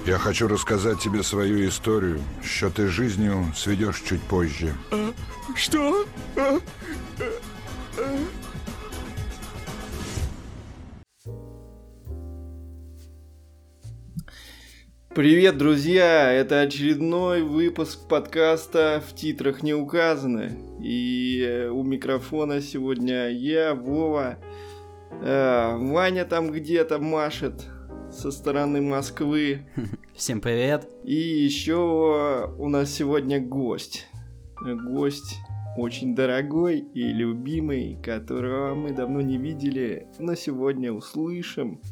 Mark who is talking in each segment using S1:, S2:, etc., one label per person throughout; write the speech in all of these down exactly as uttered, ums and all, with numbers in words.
S1: Я хочу рассказать тебе свою историю. Счеты жизнью сведешь чуть позже.
S2: А, что? А, а, а. Привет, друзья! Это очередной выпуск подкаста «В титрах не указано». И у микрофона сегодня я, Вова. Ваня там где-то машет со стороны Москвы.
S3: Всем привет!
S2: И еще у нас сегодня гость. Гость очень дорогой и любимый, которого мы давно не видели, но сегодня услышим.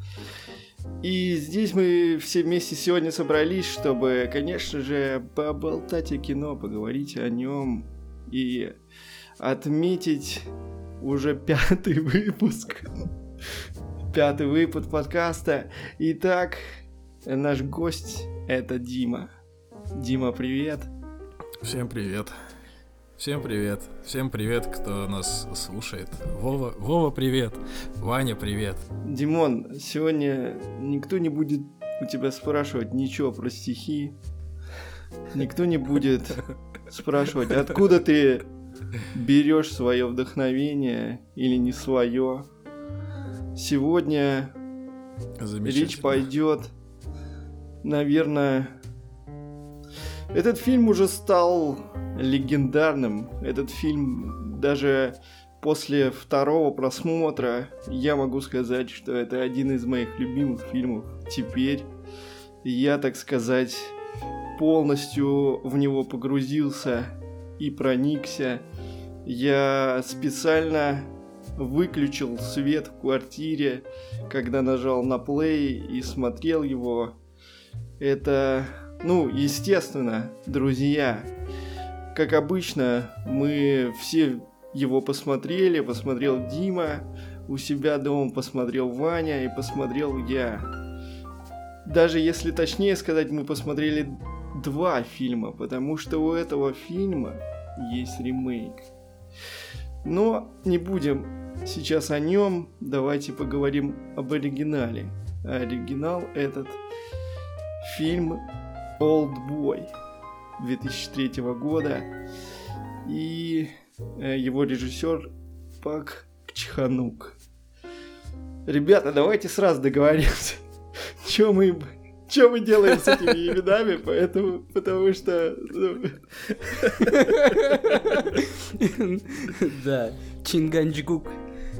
S2: И здесь мы все вместе сегодня собрались, чтобы, конечно же, поболтать о кино, поговорить о нем и отметить уже пятый выпуск. Пятый выпуск подкаста. Итак, наш гость — это Дима. Дима, привет.
S4: Всем привет. Всем привет. Всем привет, кто нас слушает. Вова, Вова, привет. Ваня, привет.
S2: Димон, сегодня никто не будет у тебя спрашивать ничего про стихи. Никто не будет спрашивать, откуда ты берешь свое вдохновение или не свое. Сегодня речь пойдет, наверное... Этот фильм уже стал легендарным. Этот фильм даже после второго просмотра я могу сказать, что это один из моих любимых фильмов. Теперь я, так сказать, полностью в него погрузился и проникся. Я специально выключил свет в квартире, когда нажал на плей и смотрел его. Это... Ну, естественно, друзья, как обычно, мы все его посмотрели, посмотрел Дима, у себя дома посмотрел Ваня и посмотрел я. Даже если точнее сказать, мы посмотрели два фильма, потому что у этого фильма есть ремейк. Но не будем сейчас о нем, давайте поговорим об оригинале. А оригинал этот фильм «Олдбой» две тысячи третьего года, и его режиссер Пак Чхан-ук. Ребята, давайте сразу договоримся, что мы, что мы делаем с этими именами, поэтому, потому что...
S3: Да, Чинганчгук.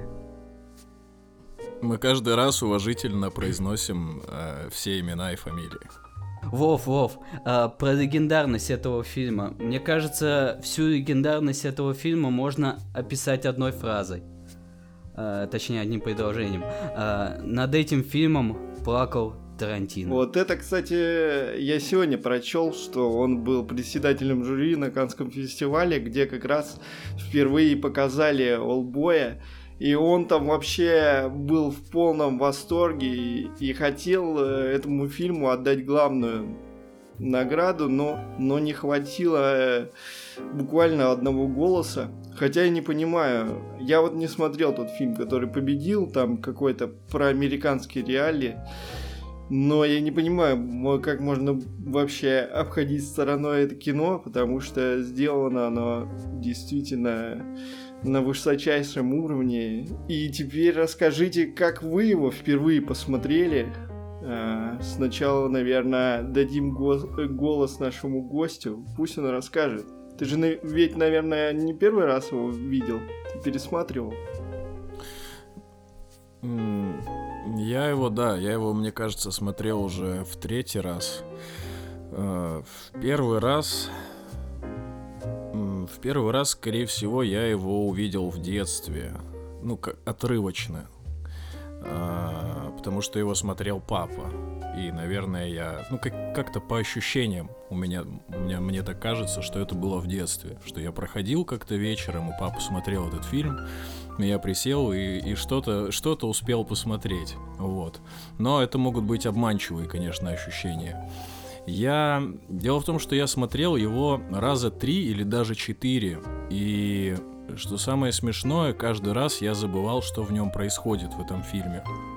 S4: Мы каждый раз уважительно произносим э, все имена и фамилии.
S3: Вов, Вов, а, про легендарность этого фильма. Мне кажется, всю легендарность этого фильма можно описать одной фразой. А, точнее, одним предложением. А, над этим фильмом плакал Тарантино.
S2: Вот это, кстати, я сегодня прочел, что он был председателем жюри на Каннском фестивале, где как раз впервые показали «Олдбоя». И он там вообще был в полном восторге и, и хотел этому фильму отдать главную награду, но, но не хватило буквально одного голоса. Хотя я не понимаю, я вот не смотрел тот фильм, который победил, там какой-то проамериканский реалии, но я не понимаю, как можно вообще обходить стороной это кино, потому что сделано оно действительно... на высочайшем уровне. И теперь расскажите, как вы его впервые посмотрели. А, сначала, наверное, дадим го- голос нашему гостю. Пусть он расскажет. Ты же на- ведь, наверное, не первый раз его видел. Ты пересматривал.
S4: Я его, да, я его, мне кажется, смотрел уже в третий раз. В первый раз... В первый раз, скорее всего, я его увидел в детстве, ну, как отрывочно, а, потому что его смотрел папа, и, наверное, я, ну, как- как-то по ощущениям у меня, у меня, мне так кажется, что это было в детстве, что я проходил как-то вечером, и папа смотрел этот фильм, и я присел и, и что-то, что-то успел посмотреть, вот, но это могут быть обманчивые, конечно, ощущения. Я... Дело в том, что я смотрел его раза три или даже четыре, и что самое смешное, каждый раз я забывал, что в нем происходит в этом фильме.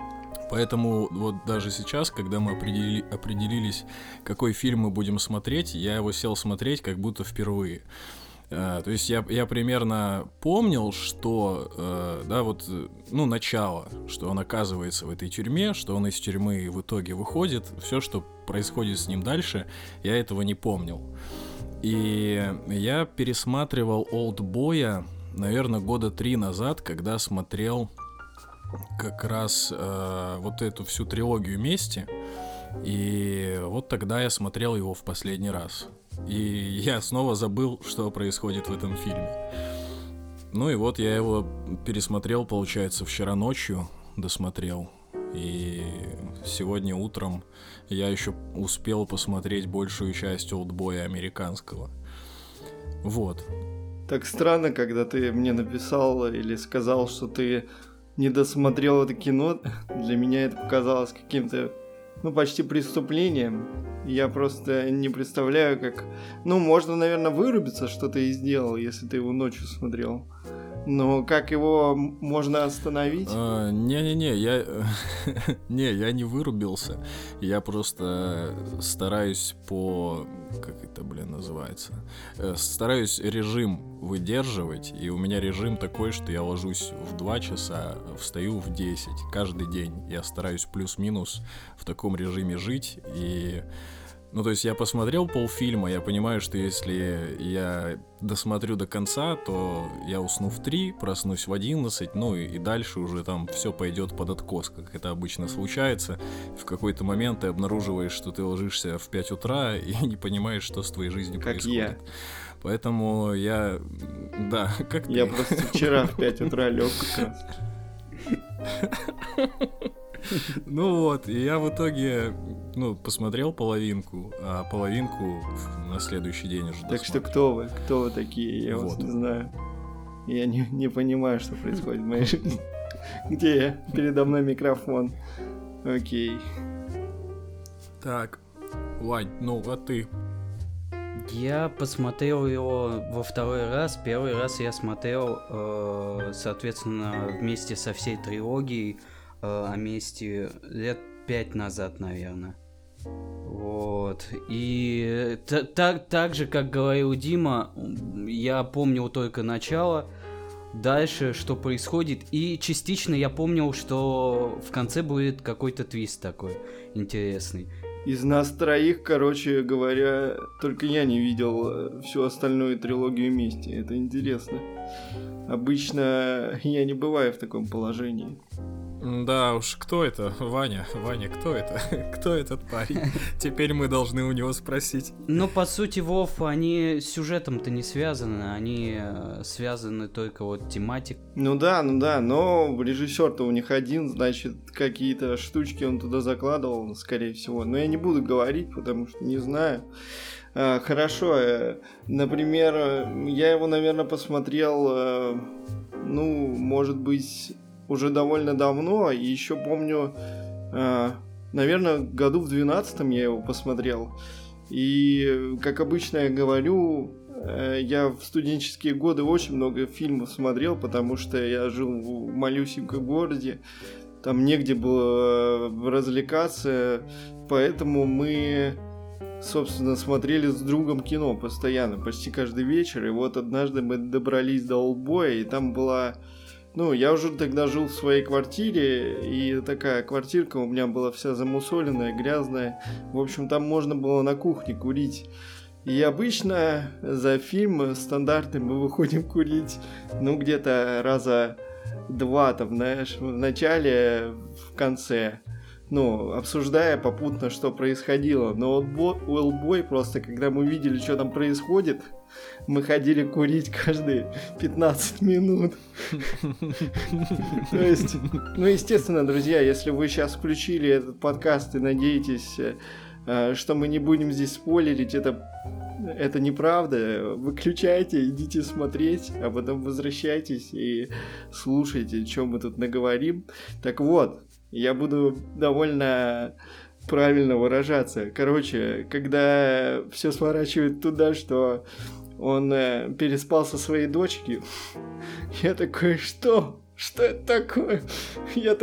S4: Поэтому вот даже сейчас, когда мы определи... определились, какой фильм мы будем смотреть, я его сел смотреть как будто впервые. Uh, то есть я, я примерно помнил, что, uh, да, вот, ну, начало, что он оказывается в этой тюрьме, что он из тюрьмы в итоге выходит, все, что происходит с ним дальше, я этого не помнил. И я пересматривал «Олдбоя», наверное, года три назад, когда смотрел как раз uh, вот эту всю трилогию «Мести», и вот тогда я смотрел его в последний раз. И я снова забыл, что происходит в этом фильме. Ну и вот я его пересмотрел, получается, вчера ночью, досмотрел. И сегодня утром я еще успел посмотреть большую часть «Олдбоя» американского. Вот.
S2: Так странно, когда ты мне написал или сказал, что ты не досмотрел это кино. Для меня это показалось каким-то, ну, почти преступлением. Я просто не представляю, как... Ну, можно, наверное, вырубиться, что ты и сделал, если ты его ночью смотрел. Но как его можно остановить?
S4: А, не-не-не, я... не, я не вырубился. Я просто стараюсь по... Как это, блин, называется? Стараюсь режим выдерживать. И у меня режим такой, что я ложусь в два часа, встаю в десять. Каждый день я стараюсь плюс-минус в таком режиме жить. И... Ну, то есть я посмотрел полфильма, я понимаю, что если я досмотрю до конца, то я усну в три, проснусь в одиннадцать, ну и, и дальше уже там все пойдет под откос, как это обычно случается. В какой-то момент ты обнаруживаешь, что ты ложишься в пять утра и не понимаешь, что с твоей жизнью
S2: как
S4: происходит.
S2: Я.
S4: Поэтому я... Да, как
S2: Я
S4: ты.
S2: просто вчера в пять утра лег как раз.
S4: Ну вот, и я в итоге, ну, посмотрел половинку, а половинку на следующий день уже
S2: Так что
S4: досмотрел.
S2: кто вы? Кто вы такие? Я вас
S4: Вот.
S2: не знаю. Я не, не понимаю, что происходит в моей жизни. Где я? Передо мной микрофон. Окей.
S4: Так, Вань, ну, а ты?
S3: Я посмотрел его во второй раз. Первый раз я смотрел, э, соответственно, вместе со всей трилогией э, о Мести лет пять назад, наверное. Вот. И т- так, так же, как говорил Дима, я помнил только начало, дальше, что происходит. И частично я помнил, что в конце будет какой-то твист такой интересный.
S2: Из нас троих, короче говоря, только я не видел всю остальную трилогию вместе. Это интересно. Обычно я не бываю в таком положении.
S4: Да уж, кто это? Ваня, Ваня, кто это? Кто этот парень? Теперь мы должны у него спросить.
S3: Ну, по сути, Вов, они сюжетом-то не связаны, они э, связаны только вот тематикой.
S2: Ну да, ну да, но режиссер-то у них один, значит, какие-то штучки он туда закладывал, скорее всего. Но я не буду говорить, потому что не знаю. А, хорошо, э, например, я его, наверное, посмотрел, э, ну, может быть, уже довольно давно, и еще помню, э, наверное, году в двенадцатом я его посмотрел. И, как обычно я говорю, э, я в студенческие годы очень много фильмов смотрел, потому что я жил в малюсеньком городе, там негде было развлекаться, поэтому мы, собственно, смотрели с другом кино постоянно, почти каждый вечер. И вот однажды мы добрались до «Олдбоя», и там была... Ну, я уже тогда жил в своей квартире, и такая квартирка у меня была вся замусоленная, грязная. В общем, там можно было на кухне курить. И обычно за фильм стандартный мы выходим курить, ну, где-то раза два, там, знаешь, в начале, в конце. Ну, обсуждая попутно, что происходило. Но «Олдбой» просто, когда мы видели, что там происходит, мы ходили курить каждые пятнадцать минут. То есть, ну, естественно, друзья, если вы сейчас включили этот подкаст и надеетесь, что мы не будем здесь спойлерить, это, это неправда. Выключайте, идите смотреть, а потом возвращайтесь и слушайте, что мы тут наговорим. Так вот, я буду довольно правильно выражаться. Короче, когда все сворачивает туда, что он э, переспал со своей дочкой, я такой, что? Что это такое? Я так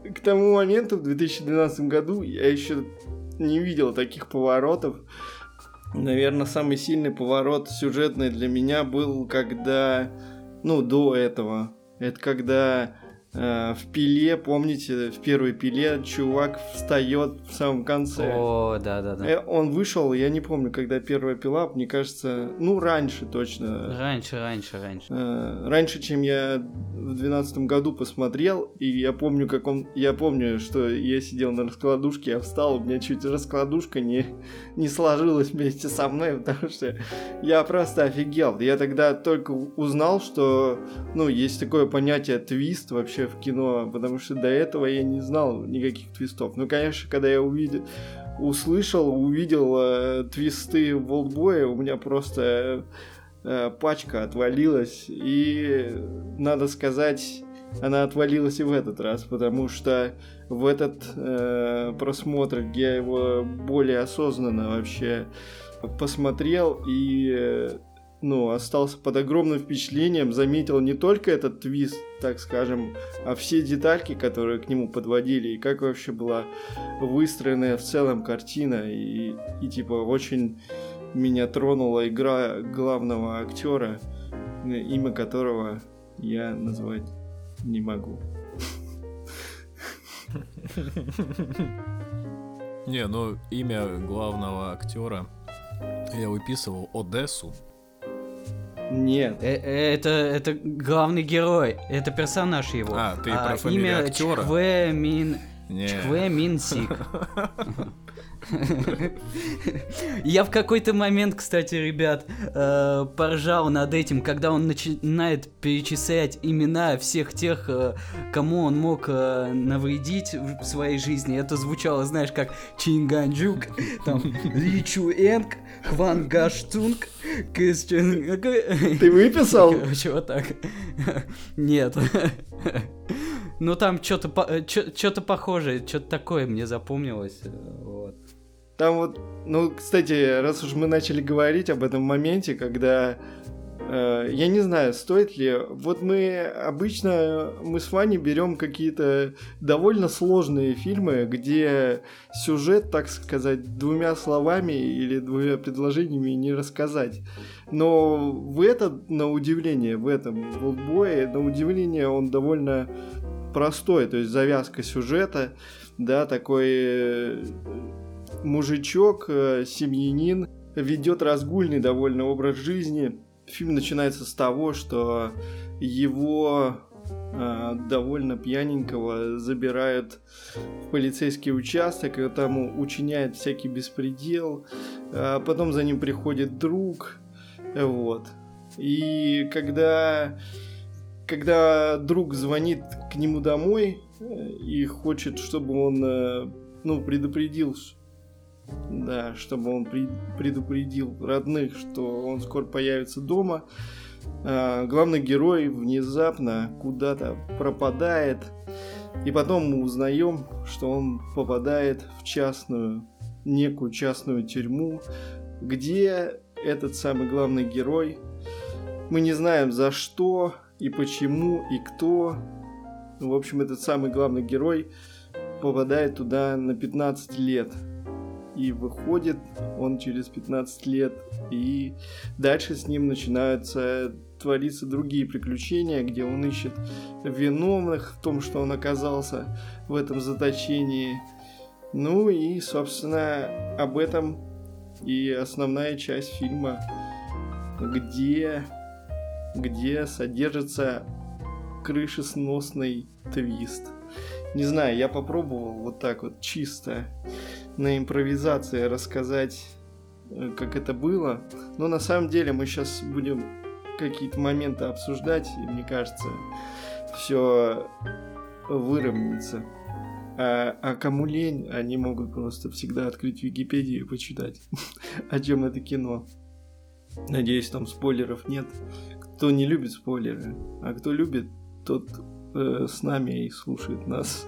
S2: к тому моменту, в две тысячи двенадцатом году, я еще не видел таких поворотов. Наверное, самый сильный поворот сюжетный для меня был, когда, ну, до этого. Это когда э, в «Пиле», помните, в первой «Пиле» чувак встает в самом конце.
S3: О, да-да-да.
S2: Э, он вышел, я не помню, когда первая «Пила», мне кажется, ну, раньше точно.
S3: Раньше, раньше, раньше.
S2: Э, раньше, чем я в двенадцатом году посмотрел, и я помню, как он... Я помню, что я сидел на раскладушке, я встал, у меня чуть раскладушка не, не сложилась вместе со мной, потому что я просто офигел. Я тогда только узнал, что, ну, есть такое понятие твист вообще в кино, потому что до этого я не знал никаких твистов. Ну, конечно, когда я увидел... услышал, увидел э, твисты в «Олдбое», у меня просто... пачка отвалилась, и, надо сказать, она отвалилась и в этот раз, потому что в этот э, просмотр я его более осознанно вообще посмотрел и, э, ну, остался под огромным впечатлением, заметил не только этот твист, так скажем, а все детальки, которые к нему подводили, и как вообще была выстроена в целом картина, и, и типа очень... Меня тронула игра главного актера, имя которого я назвать не могу.
S4: Не, ну имя главного актера я выписывал Одессу.
S2: Нет.
S3: Э, э, Это, это главный герой, это персонаж его.
S4: А, ты про фамилию
S3: имя
S4: актера?
S3: Чхве Мин...
S4: Не.
S3: Чхве Мин Сик. Я в какой-то момент, кстати, ребят, э, поржал над этим, когда он начинает перечислять имена всех тех, э, кому он мог э, навредить в своей жизни. Это звучало, знаешь, как Чинганджук, там, Ли Чуэнг, Хван Гаштунг, Кэсчен...
S2: Ты выписал?
S3: Короче, вот так. Нет. Ну там что-то по- что-то похожее, что-то такое мне запомнилось. Вот.
S2: Там вот, ну, кстати, раз уж мы начали говорить об этом моменте, когда, э, я не знаю, стоит ли, вот мы обычно, мы с Ваней берем какие-то довольно сложные фильмы, где сюжет, так сказать, двумя словами или двумя предложениями не рассказать. Но в этот, на удивление, в этом в «Олдбое», на удивление, он довольно простой, то есть завязка сюжета, да, такой мужичок, семьянин, ведет разгульный довольно образ жизни. Фильм начинается с того, что его э, довольно пьяненького забирают в полицейский участок, и там учиняет всякий беспредел, а потом за ним приходит друг, вот. И когда... Когда друг звонит к нему домой и хочет, чтобы он, ну, предупредил, да, чтобы он предупредил родных, что он скоро появится дома, главный герой внезапно куда-то пропадает, и потом мы узнаем, что он попадает в частную, некую частную тюрьму, где этот самый главный герой, мы не знаем за что, и почему, и кто. В общем, этот самый главный герой попадает туда на пятнадцать лет. И выходит он через пятнадцать лет. И дальше с ним начинаются твориться другие приключения, где он ищет виновных в том, что он оказался в этом заточении. Ну и, собственно, об этом и основная часть фильма, где... где содержится крышесносный твист. Не знаю, я попробовал вот так вот чисто на импровизации рассказать, как это было, но на самом деле мы сейчас будем какие-то моменты обсуждать, и мне кажется, все выровняется. А, а кому лень, они могут просто всегда открыть Википедию и почитать, о чем это кино. Надеюсь, там спойлеров нет. Кто не любит спойлеры, а кто любит, тот э, с нами и слушает нас.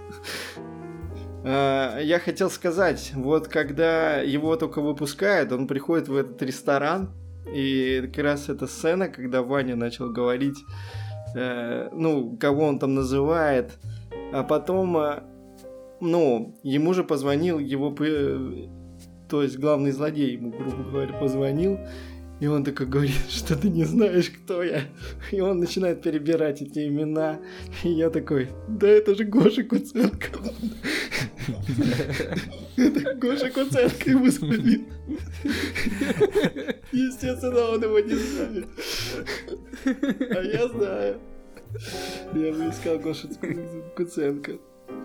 S2: Я хотел сказать, вот когда его только выпускают, он приходит в этот ресторан, и как раз эта сцена, когда Ваня начал говорить, ну, кого он там называет, а потом ну, ему же позвонил его, п- то есть главный злодей ему, грубо говоря, позвонил, и он такой говорит, что ты не знаешь, кто я. И он начинает перебирать эти имена. И я такой, да это же Гоша Куценко. Это Гоша Куценко ему звонит. Естественно, он его не знает. А я знаю. Я бы искал Гошу Куценко.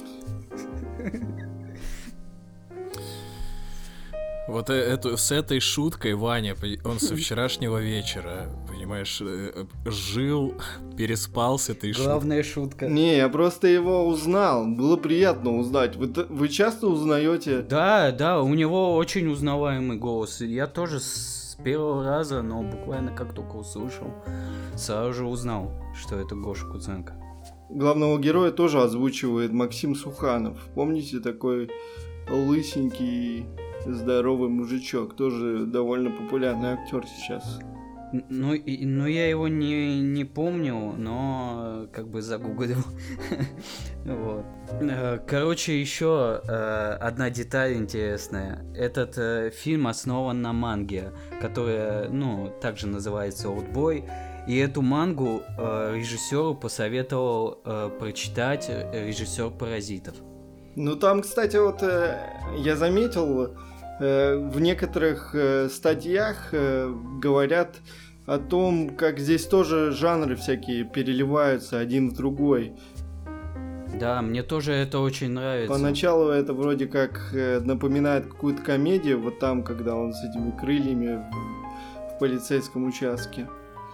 S4: Вот эту, с этой шуткой Ваня, он со вчерашнего вечера, понимаешь, жил, переспал с этой шуткой.
S3: Главная шутка.
S2: Не, я просто его узнал. Было приятно узнать. Вы, вы часто узнаете?
S3: Да, да, у него очень узнаваемый голос. Я тоже с первого раза, но буквально как только услышал, сразу же узнал, что это Гоша Куценко.
S2: Главного героя тоже озвучивает Максим Суханов. Помните, такой лысенький, здоровый мужичок, тоже довольно популярный актер сейчас.
S3: Ну, и, ну я его не, не помню, но как бы загуглил. Вот. Короче, еще одна деталь интересная. Этот э, фильм основан на манге, которая, ну, также называется «Олдбой». И эту мангу э, режиссеру посоветовал э, прочитать режиссер «Паразитов».
S2: Ну там, кстати, вот э, я заметил, э, в некоторых э, статьях э, говорят о том, как здесь тоже жанры всякие переливаются один в другой.
S3: Да, мне тоже это очень нравится.
S2: Поначалу это вроде как э, напоминает какую-то комедию, вот там, когда он с этими крыльями в, в полицейском участке.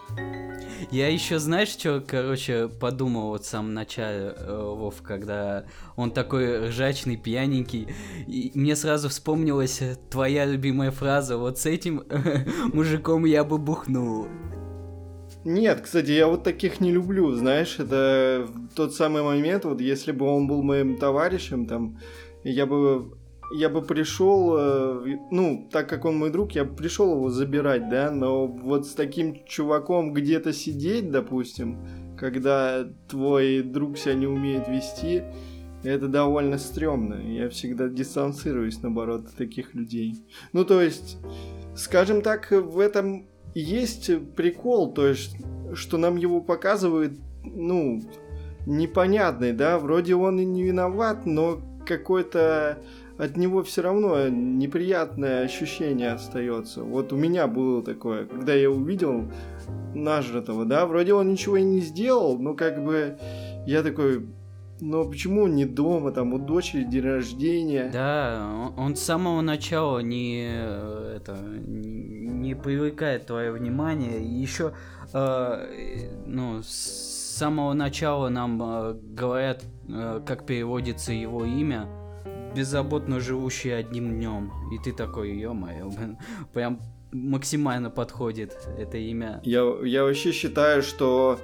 S3: Я еще, знаешь, что, короче, подумал вот в самом начале, э, Вов, когда он такой ржачный, пьяненький, и мне сразу вспомнилась твоя любимая фраза: вот с этим мужиком я бы бухнул.
S2: Нет, кстати, я вот таких не люблю, знаешь, это тот самый момент, вот если бы он был моим товарищем, там, я бы... Я бы пришел, ну, так как он мой друг, я бы пришел его забирать, да, но вот с таким чуваком где-то сидеть, допустим, когда твой друг себя не умеет вести, это довольно стрёмно. Я всегда дистанцируюсь, наоборот, от таких людей. Ну, то есть, скажем так, в этом есть прикол, то есть, что нам его показывают, ну, непонятный, да, вроде он и не виноват, но какой-то... от него все равно неприятное ощущение остается. Вот у меня было такое, когда я увидел нажратого, да, вроде он ничего и не сделал, но как бы я такой, ну почему он не дома, там у дочери день рождения?
S3: Да, он, он с самого начала не, это, не, не привлекает твое внимание, и еще, э, ну, с самого начала нам э, говорят, э, как переводится его имя. Беззаботно живущий одним днем. И ты такой, ё-моё, прям максимально подходит это имя.
S2: Я, я вообще считаю, что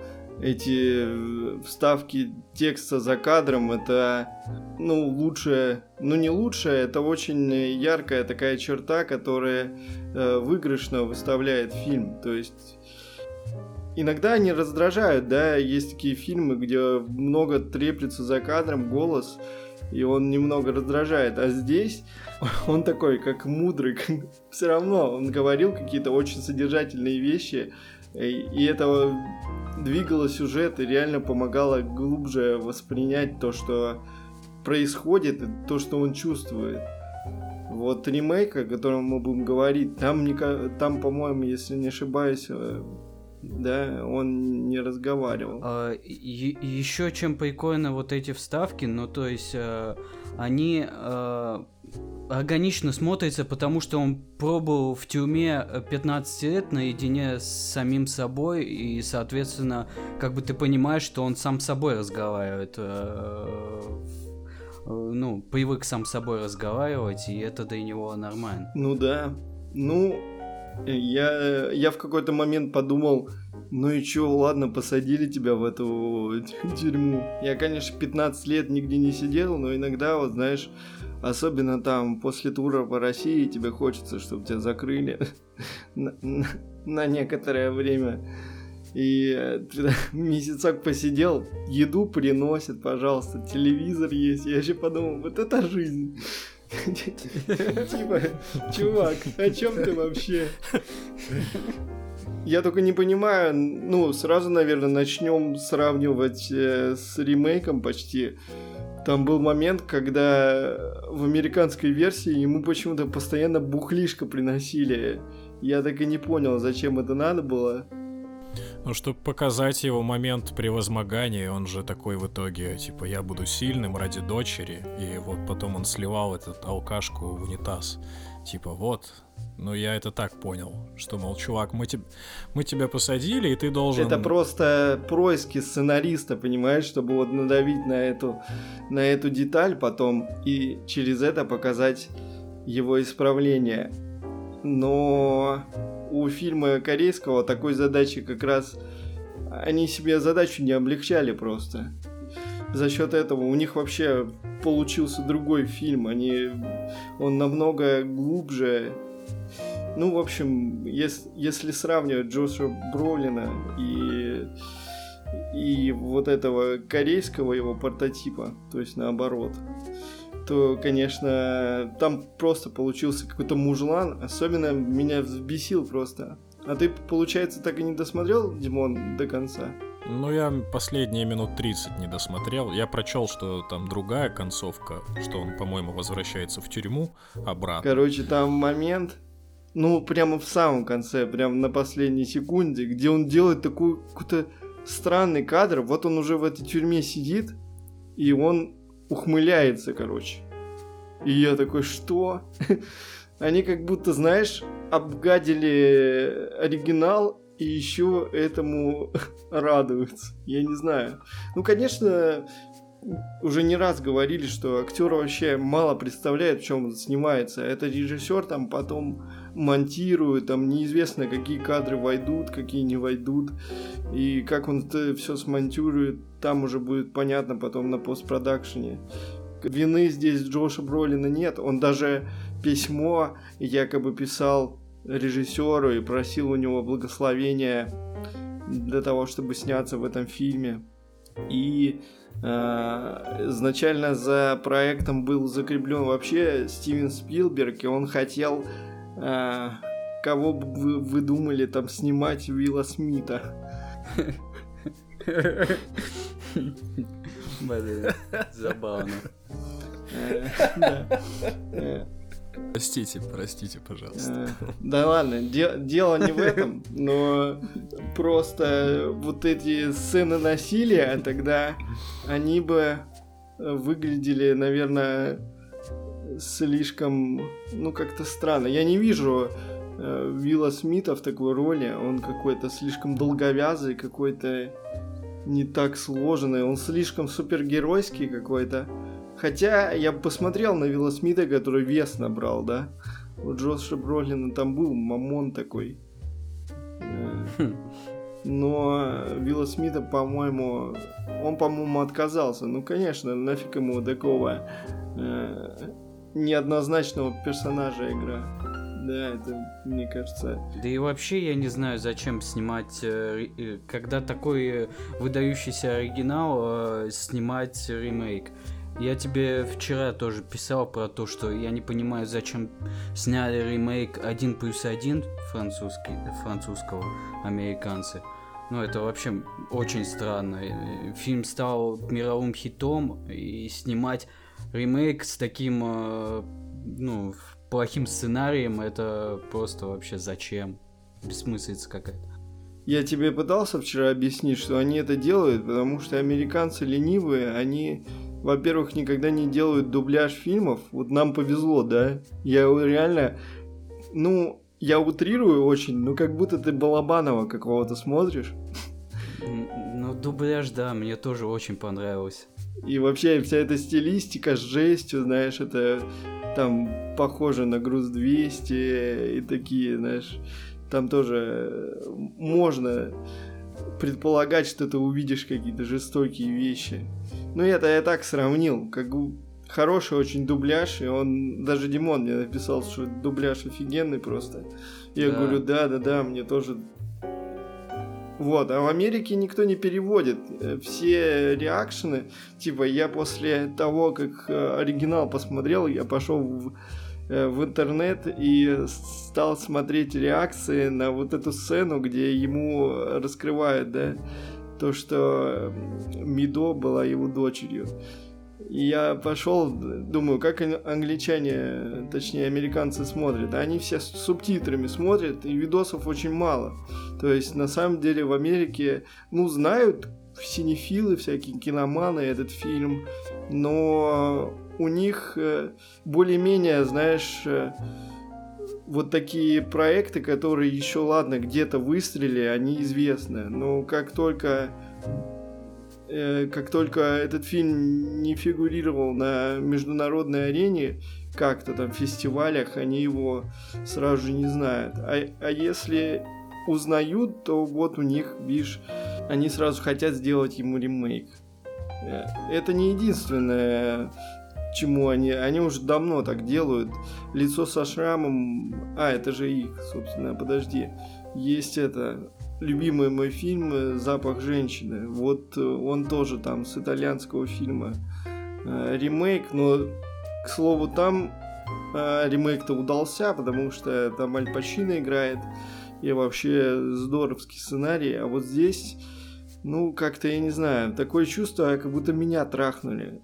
S2: эти вставки текста за кадром, это, ну, лучшее, ну, не лучшее, это очень яркая такая черта, которая э, выигрышно выставляет фильм. То есть иногда они раздражают, да, есть такие фильмы, где много треплется за кадром голос, и он немного раздражает, а здесь он такой, как мудрый, все равно он говорил какие-то очень содержательные вещи, и это двигало сюжет и реально помогало глубже воспринять то, что происходит, и то, что он чувствует. Вот ремейк, о котором мы будем говорить, там, там по-моему, если не ошибаюсь, да, он не разговаривал.
S3: А, и, и еще чем прикольно вот эти вставки, ну то есть а, они а, органично смотрятся, потому что он пробыл в тюрьме пятнадцать лет наедине с самим собой, и соответственно, как бы ты понимаешь, что он сам с собой разговаривает, а, ну, привык сам с собой разговаривать, и это для него нормально.
S2: Ну да, ну... Я, я в какой-то момент подумал, ну и чё, ладно, посадили тебя в эту тюрьму. Я, конечно, пятнадцать лет нигде не сидел, но иногда, вот знаешь, особенно там после тура по России, тебе хочется, чтобы тебя закрыли на, на, на некоторое время. И э, месяцок посидел, еду приносят, пожалуйста, телевизор есть. Я еще подумал, вот это жизнь. Типа, чувак, о чем ты вообще? Я только не понимаю, ну, сразу, наверное, начнем сравнивать э, с ремейком почти. Там был момент, когда в американской версии ему почему-то постоянно бухлишко приносили. Я так и не понял, зачем это надо было.
S4: Ну, чтобы показать его момент превозмогания, он же такой в итоге, типа, я буду сильным ради дочери, и вот потом он сливал этот алкашку в унитаз. Типа, вот, ну я это так понял, что, мол, чувак, мы, теб... мы тебя посадили, и ты должен...
S2: Это просто происки сценариста, понимаешь, чтобы вот надавить на эту, на эту деталь потом и через это показать его исправление. Но у фильма корейского такой задачи как раз... Они себе задачу не облегчали просто. За счет этого у них вообще получился другой фильм. Они... Он намного глубже. Ну, в общем, если, если сравнивать Джоша Бролина и, и вот этого корейского его прототипа, то есть наоборот, то, конечно, там просто получился какой-то мужлан. Особенно меня взбесил просто. А ты, получается, так и не досмотрел, Димон, до конца?
S4: Ну, я последние минут тридцать не досмотрел. Я прочел, что там другая концовка, что он, по-моему, возвращается в тюрьму обратно.
S2: Короче, там момент, ну, прямо в самом конце, прямо на последней секунде, где он делает такой какой-то странный кадр. Вот он уже в этой тюрьме сидит, и он ухмыляется, короче. И я такой, что? Они как будто, знаешь, обгадили оригинал и еще этому радуются. Я не знаю. Ну, конечно, уже не раз говорили, что актер вообще мало представляет, в чем он снимается. Это режиссер там потом монтирует, там неизвестно, какие кадры войдут, какие не войдут. И как он это все смонтирует, там уже будет понятно потом на постпродакшене. Вины здесь Джоша Бролина нет. Он даже письмо якобы писал режиссеру и просил у него благословения для того, чтобы сняться в этом фильме. И э, изначально за проектом был закреплен вообще Стивен Спилберг, и он хотел, э, кого бы вы, вы думали, там снимать, Уилла Смита.
S3: Блин, забавно.
S4: Простите, простите, пожалуйста.
S2: Да ладно, де- дело не в этом, но просто вот эти сцены насилия, тогда они бы выглядели, наверное, слишком, ну, как-то странно. Я не вижу э, Уилла Смита в такой роли, он какой-то слишком долговязый, какой-то не так сложенный, он слишком супергеройский какой-то. Хотя я бы посмотрел на Уилла Смита, который вес набрал, да? У Джоша Бролина там был мамон такой. Но Уилла Смита, по-моему, он, по-моему, отказался. Ну, конечно, нафиг ему такого э, неоднозначного персонажа игра. Да, это, мне кажется...
S3: Да и вообще я не знаю, зачем снимать, э, э, когда такой э, выдающийся оригинал, э, снимать ремейк. Я тебе вчера тоже писал про то, что я не понимаю, зачем сняли ремейк один плюс один французский, французского американцы. Ну, это вообще очень странно. Фильм стал мировым хитом, и снимать ремейк с таким, э, ну, плохим сценарием, это просто вообще зачем? Бессмыслица какая-то.
S2: Я тебе пытался вчера объяснить, что они это делают, потому что американцы ленивые, они... Во-первых, никогда не делают дубляж фильмов. Вот нам повезло, да? Я реально... Ну, я утрирую очень, но как будто ты Балабанова какого-то смотришь.
S3: Ну, дубляж, да, мне тоже очень понравился.
S2: И вообще вся эта стилистика с жестью, знаешь, это там похоже на Груз двести и такие, знаешь... Там тоже можно предполагать, что ты увидишь какие-то жестокие вещи. Ну, это я так сравнил, как хороший очень дубляж, и он, даже Димон мне написал, что дубляж офигенный просто. Я
S3: да.
S2: говорю, да-да-да, мне тоже Вот, а в Америке никто не переводит. Все реакшены, типа, я после того, как оригинал посмотрел, я пошел в, в интернет и стал смотреть реакции на вот эту сцену, где ему раскрывают, да, то, что Мидо была его дочерью. И я пошел, думаю, как англичане, точнее американцы смотрят. Они все с субтитрами смотрят, и видосов очень мало. То есть, на самом деле, в Америке, ну, знают синефилы, всякие киноманы этот фильм, но у них более-менее, знаешь, вот такие проекты, которые еще, ладно, где-то выстрелили, они известны. Но как только... как только этот фильм не фигурировал на международной арене, как-то там в фестивалях, они его сразу же не знают. А, а если узнают, то вот у них, видишь, они сразу хотят сделать ему ремейк. Это не единственное, чему они... Они уже давно так делают. «Лицо со шрамом». А, это же их, собственно, подожди. Есть это... Любимый мой фильм «Запах женщины». Вот он тоже там с итальянского фильма э, ремейк, но, к слову, там э, ремейк-то удался, потому что там Аль Пачино играет, и вообще здоровский сценарий, а вот здесь, ну, как-то, я не знаю, такое чувство, как будто меня трахнули.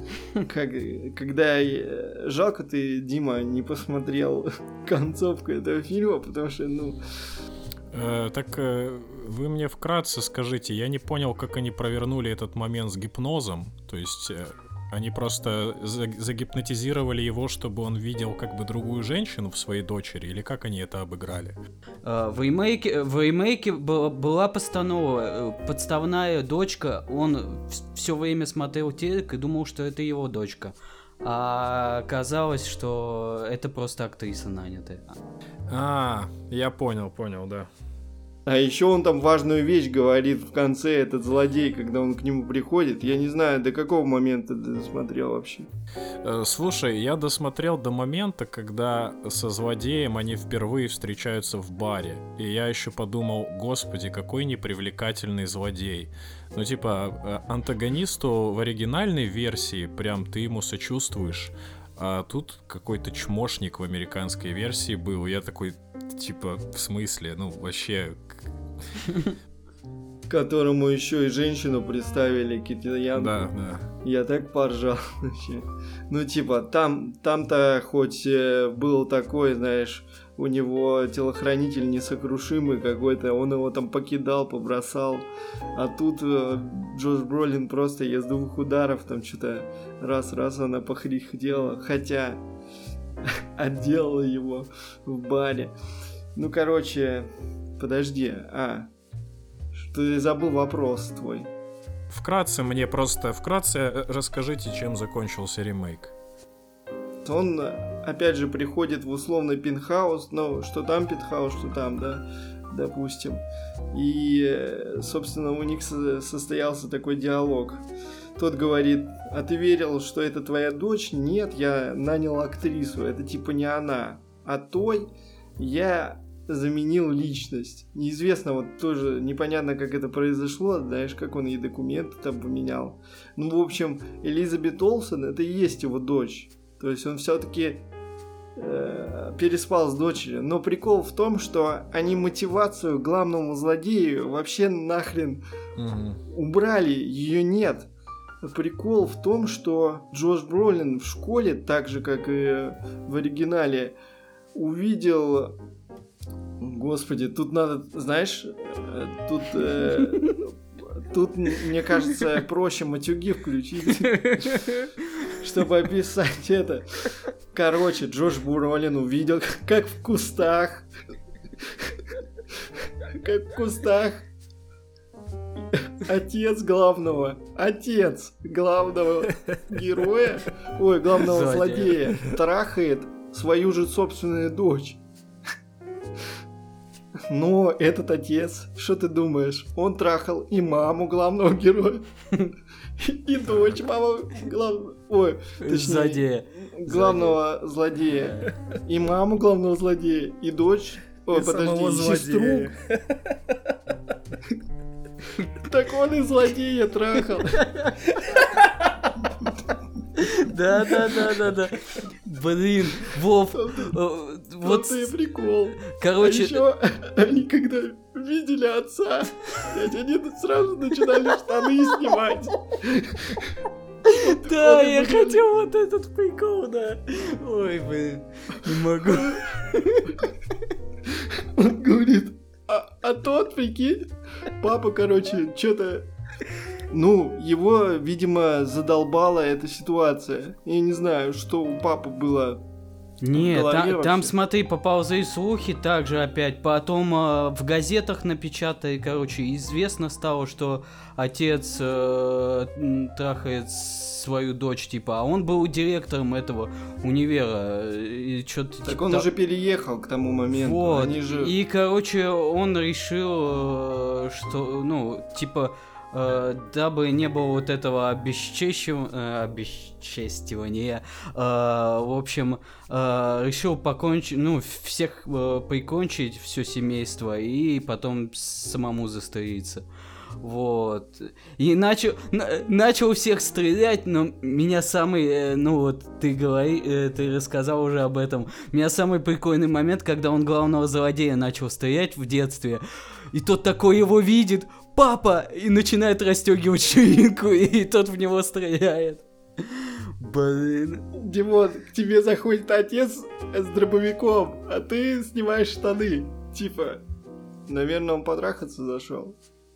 S2: Когда... Жалко ты, Дима, не посмотрел концовку этого фильма, потому что, ну...
S4: Э, так э, вы мне вкратце скажите, я не понял, как они провернули этот момент с гипнозом. То есть э, они просто за- загипнотизировали его, чтобы он видел как бы другую женщину в своей дочери, или как они это обыграли?
S3: Uh, в ремейке, в ремейке была, была постанова, подставная дочка, он все время смотрел телек и думал, что это его дочка. А оказалось, что это просто актриса нанятая.
S4: А, я понял, понял, да.
S2: А еще он там важную вещь говорит в конце, этот злодей, когда он к нему приходит. Я не знаю, до какого момента ты досмотрел вообще.
S4: Э, слушай, я досмотрел до момента, когда со злодеем они впервые встречаются в баре. И я еще подумал, господи, какой непривлекательный злодей. Ну, типа, антагонисту в оригинальной версии прям ты ему сочувствуешь. А тут какой-то чмошник в американской версии был. Я такой, типа, в смысле? Ну, вообще...
S2: Которому еще и женщину представили, китаянку.
S4: Да, да.
S2: Я так поржал вообще. Ну, типа, там, там-то хоть был такой, знаешь, у него телохранитель несокрушимый какой-то, он его там покидал, побросал. А тут э, Джош Бролин просто из двух ударов там что-то раз-раз она похрихтела. Хотя отделала его в баре. Ну, короче, подожди. А, ты забыл вопрос твой.
S4: Вкратце мне просто, вкратце расскажите, чем закончился ремейк.
S2: Он, опять же, приходит в условный пентхаус, ну, что там пентхаус, что там, да, допустим. И, собственно, у них состоялся такой диалог. Тот говорит, а ты верил, что это твоя дочь? Нет, я нанял актрису, это типа не она. А той я заменил личность. Неизвестно, вот тоже непонятно, как это произошло, знаешь, как он ей документы там поменял. Ну, в общем, Элизабет Олсен, это и есть его дочь. То есть он все-таки э, переспал с дочерью. Но прикол в том, что они мотивацию главному злодею вообще нахрен угу. убрали, ее нет. Прикол в том, что Джош Бролин в школе, так же как и в оригинале, увидел... Господи, тут надо, знаешь, тут... Э, тут, мне кажется, проще матюги включить, чтобы описать это. Короче, Джош Бролин увидел, как в кустах, как в кустах отец главного, отец главного героя, ой, главного злодея, трахает свою же собственную дочь. Но этот отец, что ты думаешь, он трахал и маму главного героя, и дочь маму главного... Ой, точнее, главного злодея. И маму главного злодея, и дочь... Ой, подожди, сестру... Так он и злодея трахал.
S3: Да, да, да, да, да. Блин, Вов, э,
S2: Вот
S3: вот,
S2: и прикол.
S3: короче,
S2: А еще они когда видели отца, блядь, они сразу начинали штаны снимать.
S3: да,
S2: он
S3: я
S2: выглядит-
S3: хотел вот этот прикол, да. Ой, блин, не могу.
S2: Он говорит, а, а тот, прикинь, папа, короче, что-то... Ну, его, видимо, задолбала эта ситуация. Я не знаю, что у папы было.
S3: Не,
S2: В голове
S3: та-
S2: вообще.
S3: там, смотри, поползли слухи также опять. Потом э, в газетах напечатали, короче, известно стало, что отец э, м, трахает свою дочь, типа, а он был директором этого универа. э, И что-то
S2: Так он уже переехал к тому моменту.
S3: Вот.
S2: Они же...
S3: И, короче, он решил, э, что, ну, типа, э, дабы не было вот этого обесчещив- э, обесчестивания, э, в общем, э, решил покончить, ну, всех э, прикончить, все семейство, и потом самому застрелиться. Вот. И начал, на- начал всех стрелять, но меня самый, э, ну вот, ты говори, э, ты рассказал уже об этом. Меня самый прикольный момент, когда он главного злодея начал стрелять в детстве, и тот такой его видит, папа, и начинает расстегивать ширинку, и тот в него стреляет. Блин.
S2: Димон, к тебе заходит отец с дробовиком, а ты снимаешь штаны. Типа, наверное, он потрахаться зашел.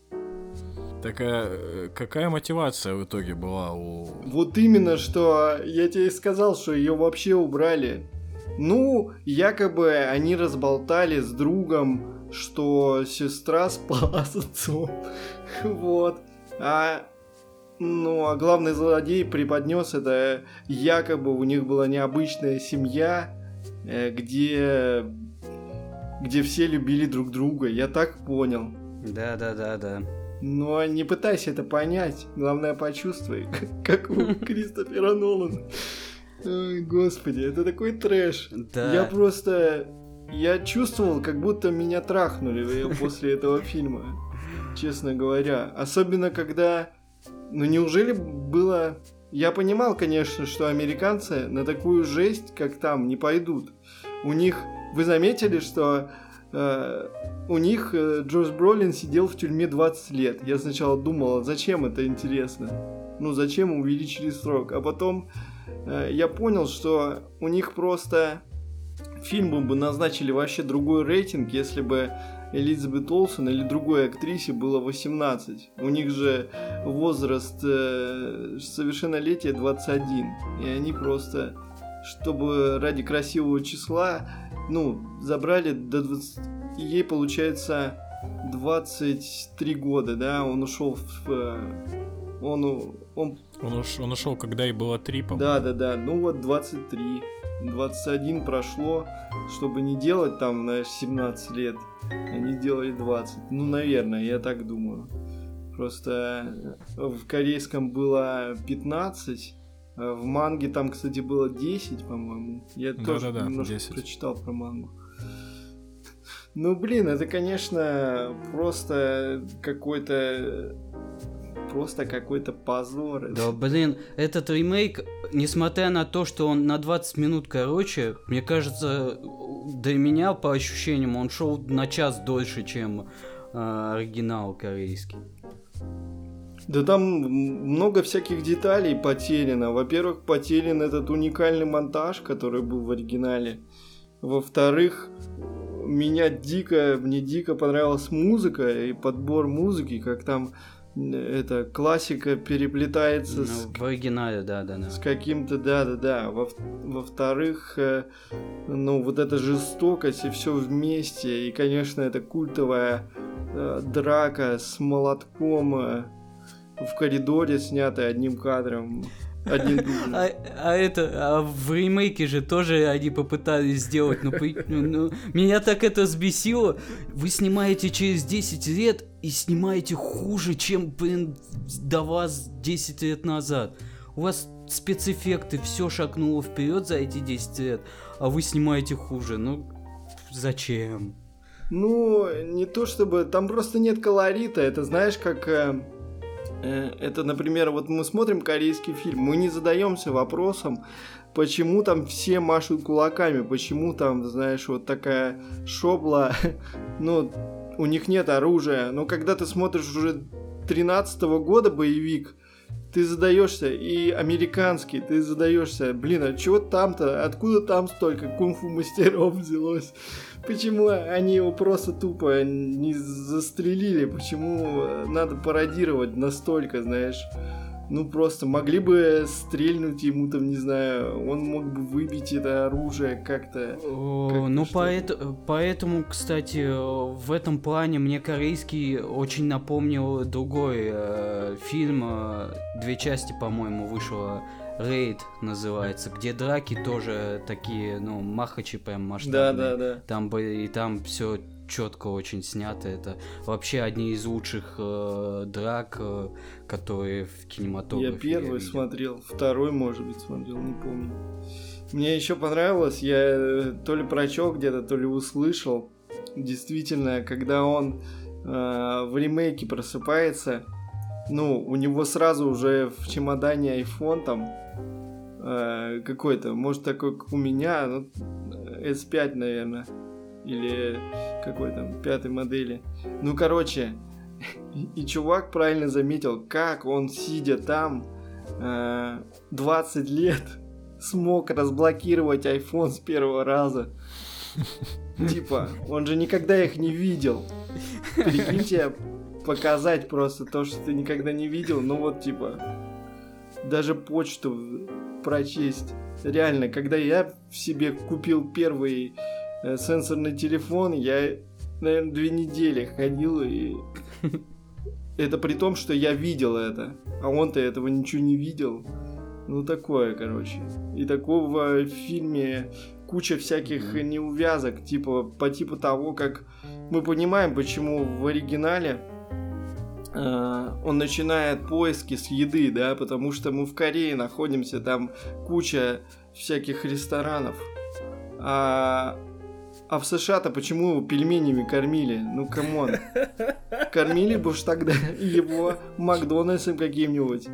S4: Так а э, какая мотивация в итоге была у...
S2: Вот именно, что я тебе и сказал, что ее вообще убрали. Ну, якобы они разболтали с другом, что сестра спала с отцом. Вот. А, ну, а главный злодей преподнес это, якобы у них была необычная семья, э, где, где все любили друг друга. Я так понял.
S3: Да-да-да-да.
S2: Но не пытайся это понять, главное почувствуй, как у Кристофера Нолана. Ой, господи, это такой трэш.
S3: Да.
S2: Я просто... Я чувствовал, как будто меня трахнули после этого фильма, честно говоря. Особенно, когда... Ну, неужели было... Я понимал, конечно, что американцы на такую жесть, как там, не пойдут. У них... Вы заметили, что... Uh, у них uh, Джош Бролин сидел в тюрьме двадцать лет. Я сначала думал, зачем это интересно? Ну, зачем увеличили срок? А потом uh, я понял, что у них просто фильму бы назначили вообще другой рейтинг, если бы Элизабет Олсен или другой актрисе было восемнадцать. У них же возраст uh, совершеннолетия двадцать один. И они просто, чтобы ради красивого числа... Ну, забрали до двадцати... Ей, получается, двадцать три года, да? Он ушел в... Он... Он,
S4: Он, уш... он ушел, когда ей было три, по-моему.
S2: да, да, да. Ну вот двадцать три. двадцать один прошло, чтобы не делать там, знаешь, семнадцать лет. Они сделали двадцать. Ну, наверное, я так думаю. Просто в корейском было пятнадцать. В манге там, кстати, было десять, по-моему. Я
S4: Да,
S2: тоже
S4: да, да,
S2: немножко
S4: десять.
S2: прочитал про мангу. Ну, блин, это, конечно, просто какой-то... Просто какой-то позор.
S3: Да, блин, этот ремейк, несмотря на то, что он на двадцать минут короче, мне кажется, для меня, по ощущениям, он шел на час дольше, чем э, оригинал корейский.
S2: Да там много всяких деталей потеряно. Во-первых, потерян этот уникальный монтаж, который был в оригинале. Во-вторых, меня дико, мне дико понравилась музыка и подбор музыки, как там эта классика переплетается
S3: Ну,
S2: с,
S3: в оригинале, да, да, да.
S2: с каким-то, да-да-да. Во- Во-вторых, э, ну, вот эта жестокость и все вместе. И, конечно, это культовая э, драка с молотком э, в коридоре, снятая одним кадром. Одним дублем.
S3: А, а это, а в ремейке же тоже они попытались сделать, но при- ну, ну, меня так это взбесило. Вы снимаете через десять лет и снимаете хуже, чем, блин, до вас десять лет назад. У вас спецэффекты, все шагнуло вперед за эти десять лет, а вы снимаете хуже. Ну, зачем?
S2: Ну, не то чтобы... Там просто нет колорита. Это знаешь, как... Э, э, это, например, вот мы смотрим корейский фильм, мы не задаемся вопросом, почему там все машут кулаками, почему там, знаешь, вот такая шобла, ну, у них нет оружия. Но когда ты смотришь уже тринадцатого года боевик, ты задаешься, и американский, ты задаешься, блин, а чего там-то, откуда там столько кунг-фу мастеров взялось? Почему они его просто тупо не застрелили? Почему надо пародировать настолько, знаешь? Ну, просто могли бы стрельнуть ему там, не знаю, он мог бы выбить это оружие как-то.
S3: О,
S2: как-то
S3: ну,
S2: что-то.
S3: поэт- поэтому, кстати, в этом плане мне корейский очень напомнил другой э, фильм, э, две части, по-моему, вышло, «Рейд» называется, где драки тоже такие, ну, махачи прям масштабные.
S2: Да, да, да.
S3: Там бы и там все четко очень снято. Это вообще одни из лучших э, драк, э, которые в кинематографе.
S2: Я первый
S3: видел.
S2: смотрел, второй, может быть, смотрел, не помню. Мне еще понравилось, я то ли прочел где-то, то ли услышал. Действительно, когда он э, в ремейке просыпается, ну, у него сразу уже в чемодане айфон там э, какой-то, может такой, как у меня, ну, эс пять, наверное, или какой там, пятой модели. Ну, короче, и, и чувак правильно заметил, как он, сидя там, э, двадцать лет, смог разблокировать айфон с первого раза. Типа, он же никогда их не видел. Прикиньте, показать просто то, что ты никогда не видел, ну вот, типа, даже почту прочесть. Реально, когда я в себе купил первый э, сенсорный телефон, я, наверное, две недели ходил, и это при том, что я видел это, а он-то этого ничего не видел. Ну, такое, короче. И такого в фильме куча всяких неувязок, типа, по типу того, как мы понимаем, почему в оригинале э, он начинает поиски с еды, да, потому что мы в Корее находимся, там куча всяких ресторанов. А, а в США-то почему его пельменями кормили? Ну, камон. Кормили бы уж тогда его Макдональдсом каким-нибудь.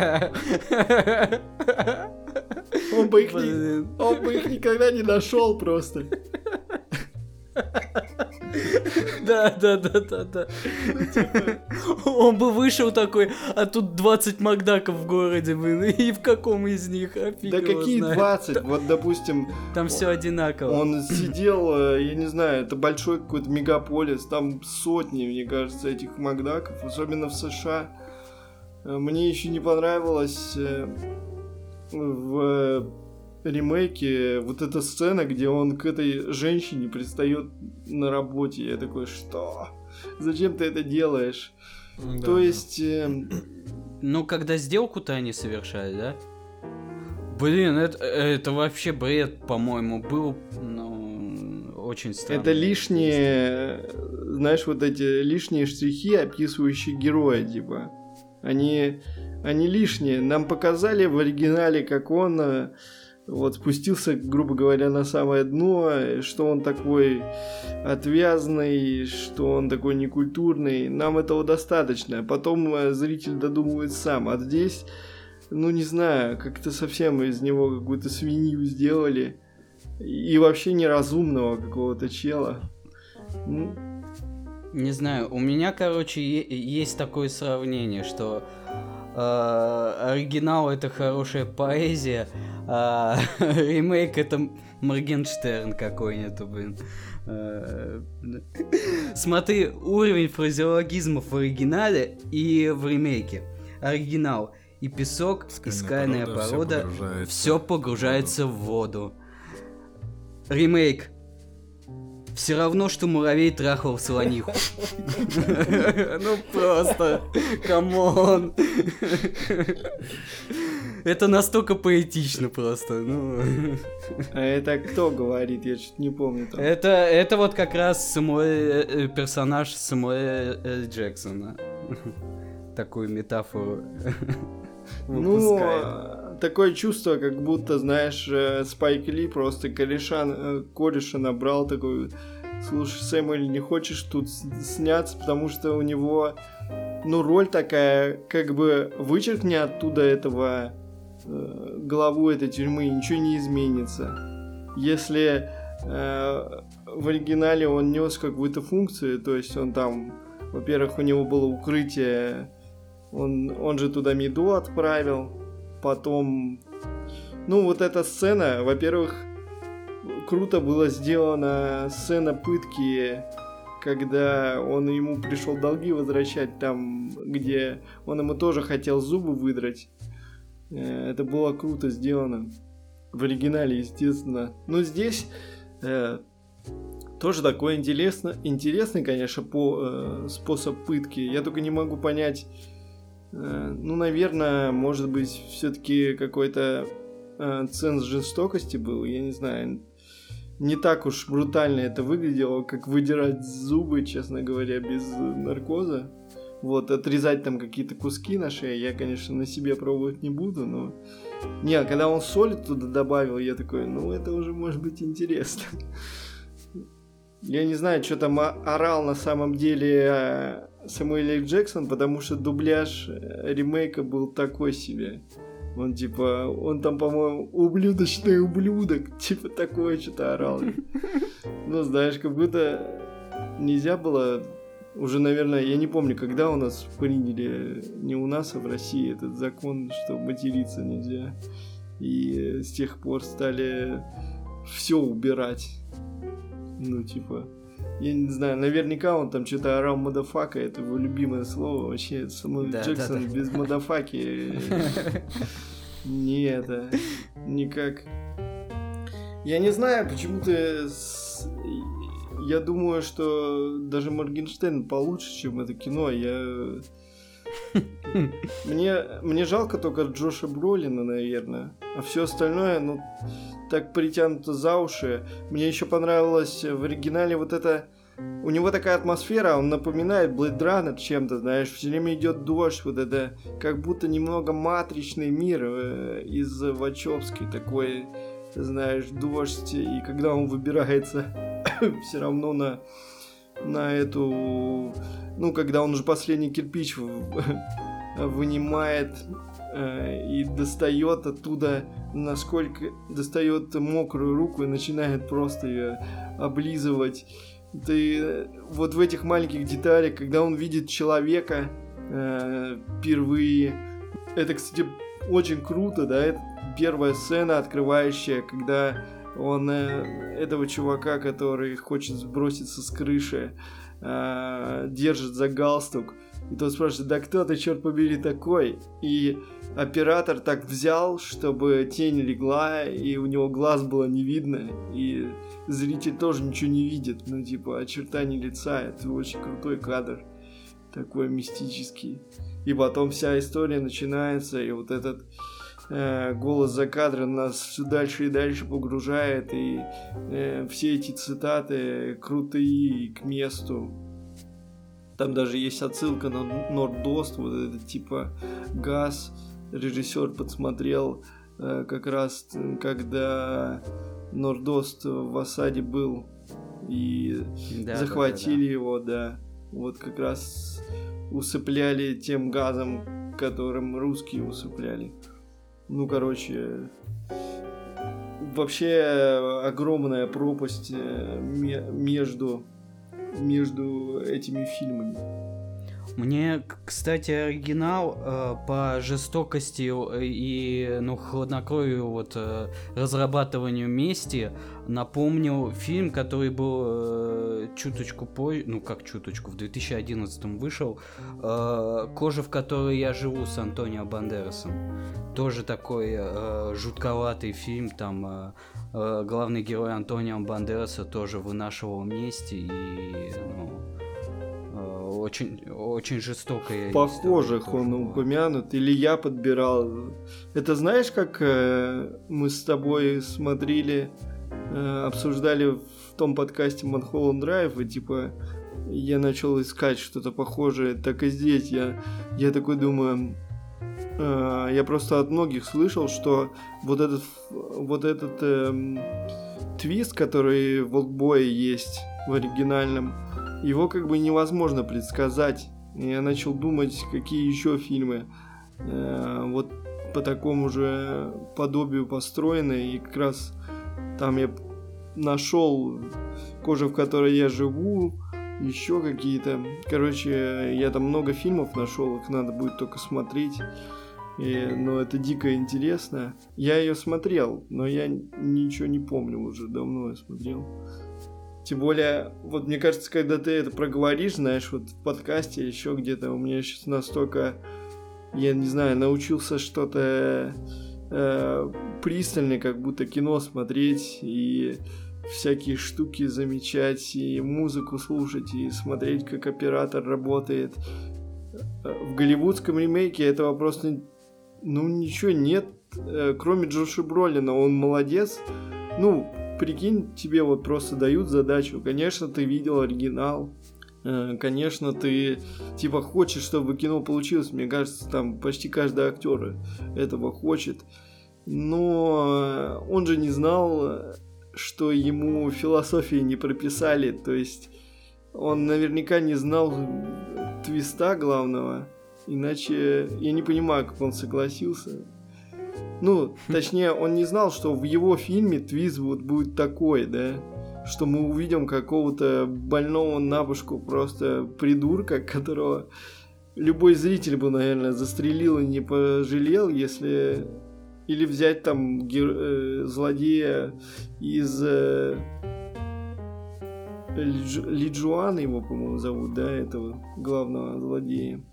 S2: Он бы их, не, он бы их никогда не нашел просто.
S3: Да, да, да, да, да. Он бы вышел такой, а тут двадцать Макдаков в городе, блин, и в каком из них? Офиг
S2: Да
S3: его
S2: какие
S3: знает.
S2: двадцать? Вот, допустим,
S3: Там все одинаково.
S2: он сидел, я не знаю, это большой какой-то мегаполис, там сотни, мне кажется, этих Макдаков, особенно в США. Мне еще не понравилось в ремейке вот эта сцена, где он к этой женщине пристает на работе. Я такой, что? Зачем ты это делаешь?
S4: Да.
S2: То есть... Э...
S3: Ну, когда сделку-то они совершали, да? Блин, это, это вообще бред, по-моему, был, ну, очень странно.
S2: Это лишние, знаешь, вот эти лишние штрихи, описывающие героя, типа. Они, они лишние. Нам показали в оригинале, как он... Вот спустился, грубо говоря, на самое дно, что он такой отвязный, что он такой некультурный. Нам этого достаточно. Потом зритель додумывает сам. А здесь, ну не знаю, как-то совсем из него какую-то свинью сделали. И вообще неразумного какого-то чела. Ну...
S3: Не знаю, у меня, короче, е- есть такое сравнение, что э, оригинал это хорошая поэзия, а ремейк это Моргенштерн какой-нибудь, блин. Э, Смотри, уровень фразеологизмов в оригинале и в ремейке. Оригинал и песок, и скальная порода, все погружается в воду. Ремейк. Все равно, что муравей трахал слониху. Ну просто, камон. Это настолько поэтично просто. Ну.
S2: А это кто говорит? Я что-то не помню. Там.
S3: Это, это вот как раз Самуэль, персонаж Самуэля Л. Джексона. Такую метафору выпускает.
S2: Ну, такое чувство, как будто, знаешь, Спайк Ли просто кореша, кореша набрал такой слушай, Сэмюэль, не хочешь тут сняться, потому что у него, ну, роль такая, как бы вычеркни оттуда этого э, главу этой тюрьмы, ничего не изменится. Если э, в оригинале он нес какую-то функцию, то есть он там, во-первых, у него было укрытие, он, он же туда Миду отправил, потом, ну, вот эта сцена, во-первых, круто было сделана сцена пытки, когда он ему пришел долги возвращать там, где он ему тоже хотел зубы выдрать. Это было круто сделано. В оригинале, естественно. Но здесь э, тоже такой интересно, интересный, конечно, по, э, способ пытки. Я только не могу понять, э, ну, наверное, может быть, все-таки какой-то э, ценз жестокости был, я не знаю. Не так уж брутально это выглядело, как выдирать зубы, честно говоря, без наркоза. Вот, отрезать там какие-то куски на шее я, конечно, на себе пробовать не буду, но... Не, когда он соль туда добавил, я такой, ну, это уже может быть интересно. Я не знаю, что там орал на самом деле Сэмюэль Л. Джексон, потому что дубляж ремейка был такой себе. Он типа, он там, по-моему, ублюдочный ублюдок, типа такое что-то орал. Ну, знаешь, как будто нельзя было... Уже, наверное, я не помню, когда у нас приняли, не у нас, а в России этот закон, что материться нельзя. И с тех пор стали все убирать. Ну, типа, я не знаю, наверняка он там что-то орал мадафака, это его любимое слово. Вообще, Сэмюэль да, Джексон да, да. без мадафаки не это, никак. Я не знаю, почему-то... Я думаю, что даже Моргенштерн получше, чем это кино. Я... Мне, мне жалко только Джоша Бролина, наверное. А все остальное, ну, так притянуто за уши. Мне еще понравилось в оригинале вот это... У него такая атмосфера, он напоминает Blade Runner чем-то, знаешь. Все время идет дождь, вот это... Как будто немного матричный мир э, из Вачовски. Такой, знаешь, дождь. И когда он выбирается... все равно на, на эту... Ну, когда он уже последний кирпич вынимает э, и достает оттуда, насколько... Достает мокрую руку и начинает просто ее облизывать. Ты вот в этих маленьких деталях, когда он видит человека э, впервые... Это, кстати, очень круто, да? Это первая сцена, открывающая, когда... Он э, этого чувака, который хочет сброситься с крыши, э, держит за галстук. И тот спрашивает, да кто ты, черт побери, такой? И оператор так взял, чтобы тень легла, и у него глаз было не видно. И зритель тоже ничего не видит. Ну, типа, очертания лица. Это очень крутой кадр. Такой мистический. И потом вся история начинается, и вот этот... голос за кадром нас все дальше и дальше погружает, и э, все эти цитаты крутые к месту. Там даже есть отсылка на Нордост, вот это типа газ. Режиссер подсмотрел э, как раз, когда Нордост в осаде был, и да, захватили да, да, да. его, да. Вот как раз усыпляли тем газом, которым русские усыпляли. Ну, короче, вообще огромная пропасть между, между этими фильмами.
S3: Мне, кстати, оригинал э, по жестокости и, ну, хладнокровию, вот, э, разрабатыванию мести напомнил фильм, который был э, чуточку позже, ну, как чуточку, в две тысячи одиннадцатом вышел, э, «Кожа, в которой я живу» с Антонио Бандерасом. Тоже такой э, жутковатый фильм, там э, э, главный герой Антонио Бандераса тоже вынашивал месть, и, ну... Очень, очень жестокая.
S2: Похожих
S3: история,
S2: он упомянут, или я подбирал. Это знаешь, как э, мы с тобой смотрели, э, обсуждали в том подкасте Mulholland Drive, и типа я начал искать что-то похожее, так и здесь я, я такой думаю, э, я просто от многих слышал, что вот этот, вот этот э, твист, который в «Олдбое» есть в оригинальном, его как бы невозможно предсказать. И я начал думать, какие еще фильмы э, вот по такому же подобию построены, и как раз там я нашел «Кожа, в которой я живу», еще какие-то. Короче, я там много фильмов нашел, их надо будет только смотреть. И, но это дико интересно. Я ее смотрел, но я ничего не помню уже, давно я смотрел. Тем более, вот мне кажется, когда ты это проговоришь, знаешь, вот в подкасте, еще где-то, у меня сейчас настолько, я не знаю, научился что-то э, пристально, как будто кино смотреть и всякие штуки замечать, и музыку слушать, и смотреть, как оператор работает. В голливудском ремейке этого просто, ну, ничего нет, кроме Джоша Бролина, он молодец. Ну, прикинь, тебе вот просто дают задачу, конечно, ты видел оригинал, конечно, ты, типа, хочешь, чтобы кино получилось, мне кажется, там почти каждый актер этого хочет, но он же не знал, что ему философии не прописали, то есть он наверняка не знал твиста главного, иначе я не понимаю, как он согласился. Ну, точнее, он не знал, что в его фильме твист вот будет такой, да, что мы увидим какого-то больного набушку, просто придурка, которого любой зритель бы, наверное, застрелил и не пожалел, если... Или взять там гер... э, злодея из... Э... Лидж... Лиджуана его, по-моему, зовут, да, этого главного злодея.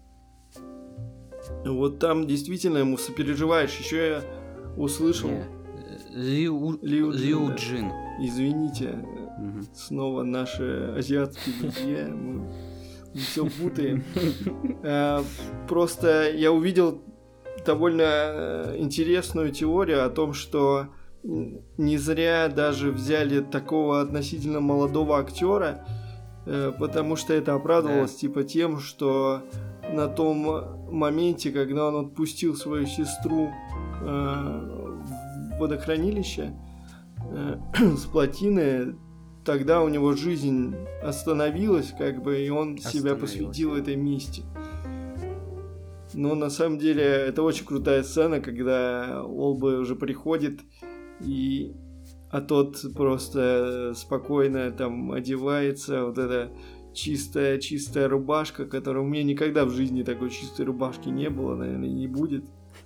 S2: Вот там действительно ему сопереживаешь. Еще я услышал...
S3: Не. Лиу...
S2: Лиу
S3: Лиу
S2: Джин,
S3: Джин.
S2: да. Извините,
S3: Мгм.
S2: снова наши азиатские друзья, мы, мы все путаем. А, просто я увидел довольно интересную теорию о том, что не зря даже взяли такого относительно молодого актера, потому что это оправдывалось
S3: Да.
S2: типа тем, что на том моменте, когда он отпустил свою сестру э, в водохранилище э, с плотины, тогда у него жизнь остановилась, как бы, и он себя
S3: Остановилась.
S2: посвятил этой мести. Но на самом деле это очень крутая сцена, когда Олдбой уже приходит, и а тот просто спокойно там одевается, вот эта чистая-чистая рубашка, которая у меня никогда в жизни такой чистой рубашки не было, наверное, и не будет.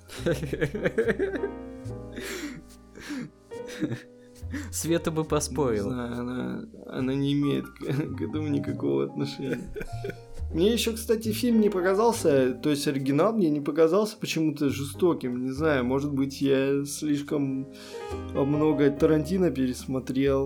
S3: Света бы
S2: Не
S3: поспорил.
S2: знаю, она, она не имеет к, к этому никакого отношения. Мне еще, кстати, фильм не показался, то есть оригинал мне не показался почему-то жестоким, не знаю, может быть, я слишком много Тарантино пересмотрел.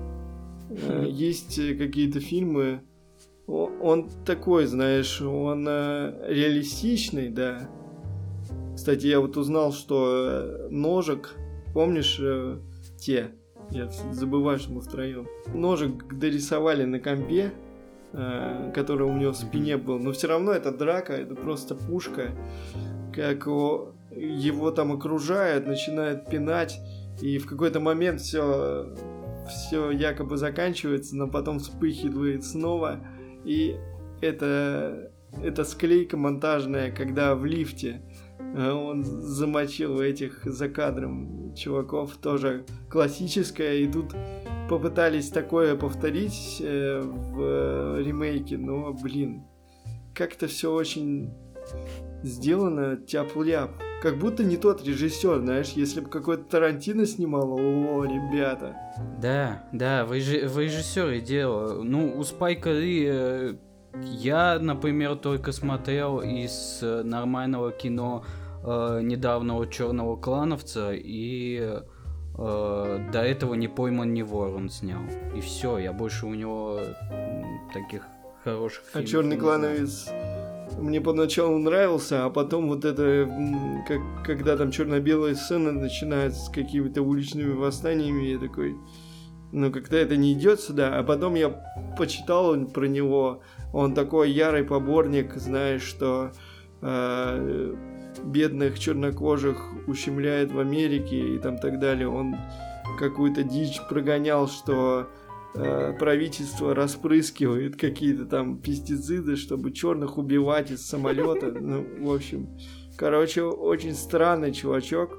S2: Э, Есть какие-то фильмы, о- он такой, знаешь, он э, реалистичный, да. Кстати, я вот узнал, что э, Ножик, помнишь, э, те, я забываю, что мы втроем. Ножик дорисовали на компе, э, который у него в спине был, но все равно это драка, это просто пушка, как о- его там окружают, начинают пинать, и в какой-то момент все все якобы заканчивается, но потом вспыхивает снова, и это, это склейка монтажная, когда в лифте э, он замочил этих за кадром чуваков, тоже классическая, и тут попытались такое повторить э, в э, ремейке, но, блин, как-то все очень сделано тяп-ляп. Как будто не тот режиссер, знаешь, если бы какой-то Тарантино снимал, о, ребята.
S3: Да, да, в, реж... в режиссере дело. Ну, у Спайка Ли э, я, например, только смотрел из э, нормального кино э, недавнего «Черного клановца», и э, до этого «Не пойман, не вор» он снял. И все, я больше у него м, таких хороших
S2: А
S3: фильмов
S2: «Черный
S3: не знаю.
S2: клановец» мне поначалу нравился, а потом вот это, м, как, когда там черно-белые сцены начинаются с какими-то уличными восстаниями, я такой, ну как-то это не идет сюда. А потом я почитал про него, он такой ярый поборник, знаешь, что э, бедных чернокожих ущемляет в Америке и там так далее. Он какую-то дичь прогонял, что э, правительство распрыскивает какие-то там пестициды, чтобы черных убивать из самолета. Ну, в общем, короче, очень странный чувачок.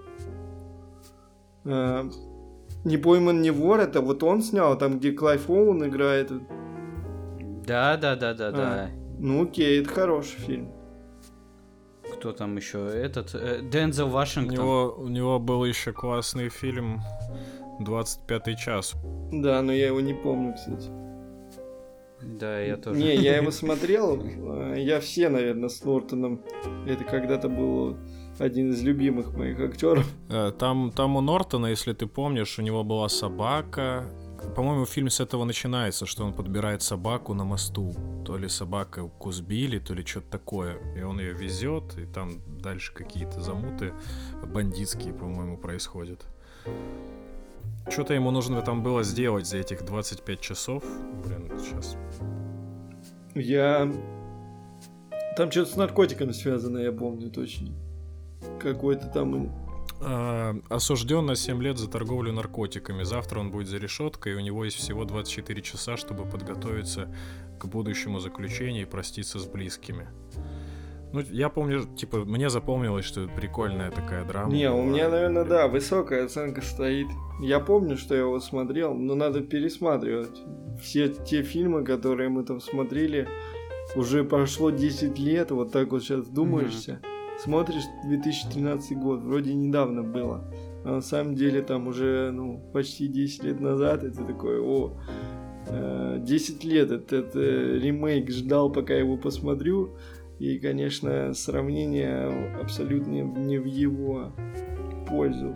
S2: Э, «Не пойман, не вор», это вот он снял, там, где Клайв Оуэн играет.
S3: Да, да, да, да,
S2: А,
S3: да.
S2: ну окей, это хороший фильм.
S3: Кто там еще? Этот э, Дензел
S4: У
S3: Вашингтон.
S4: него, у него был еще классный фильм «двадцать пятый час».
S2: Да, но я его не помню, кстати.
S3: Да, я тоже.
S2: Не, я его смотрел, э, я все, наверное, с Нортоном. Это когда-то был один из любимых моих актеров.
S4: Э, Там, там у Нортона, если ты помнишь, у него была собака. По-моему, фильм с этого начинается, что он подбирает собаку на мосту. То ли собака сбили, то ли что-то такое. И он ее везет, и там дальше какие-то замуты бандитские, по-моему, происходят. Что-то ему нужно там было сделать за этих двадцать пять часов. Блин, сейчас.
S2: Я... Там что-то с наркотиками связано, я помню точно. Какой-то там...
S4: А, осужден на семь лет за торговлю наркотиками. Завтра он будет за решеткой, и у него есть всего двадцать четыре часа, чтобы подготовиться к будущему заключению и проститься с близкими. Ну, я помню, типа, мне запомнилось, что прикольная такая драма.
S2: Не, у
S4: была.
S2: меня, наверное, да, высокая оценка стоит. Я помню, что я его смотрел, но надо пересматривать. Все те фильмы, которые мы там смотрели, уже прошло десять лет, вот так вот сейчас думаешься. Смотришь, две тысячи тринадцатый год, вроде недавно было. А на самом деле там уже, ну, почти десять лет назад, это такое, о, э, десять лет, этот э, ремейк ждал, пока я его посмотрю. И, конечно, сравнение абсолютно не в его пользу.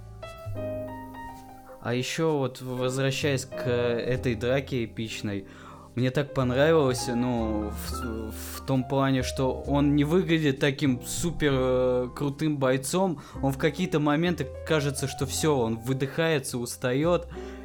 S3: А еще вот возвращаясь к этой драке эпичной, мне так понравилось, ну, в, в том плане, что он не выглядит таким супер э, крутым бойцом, он в какие-то моменты кажется, что все, он выдыхается, устает.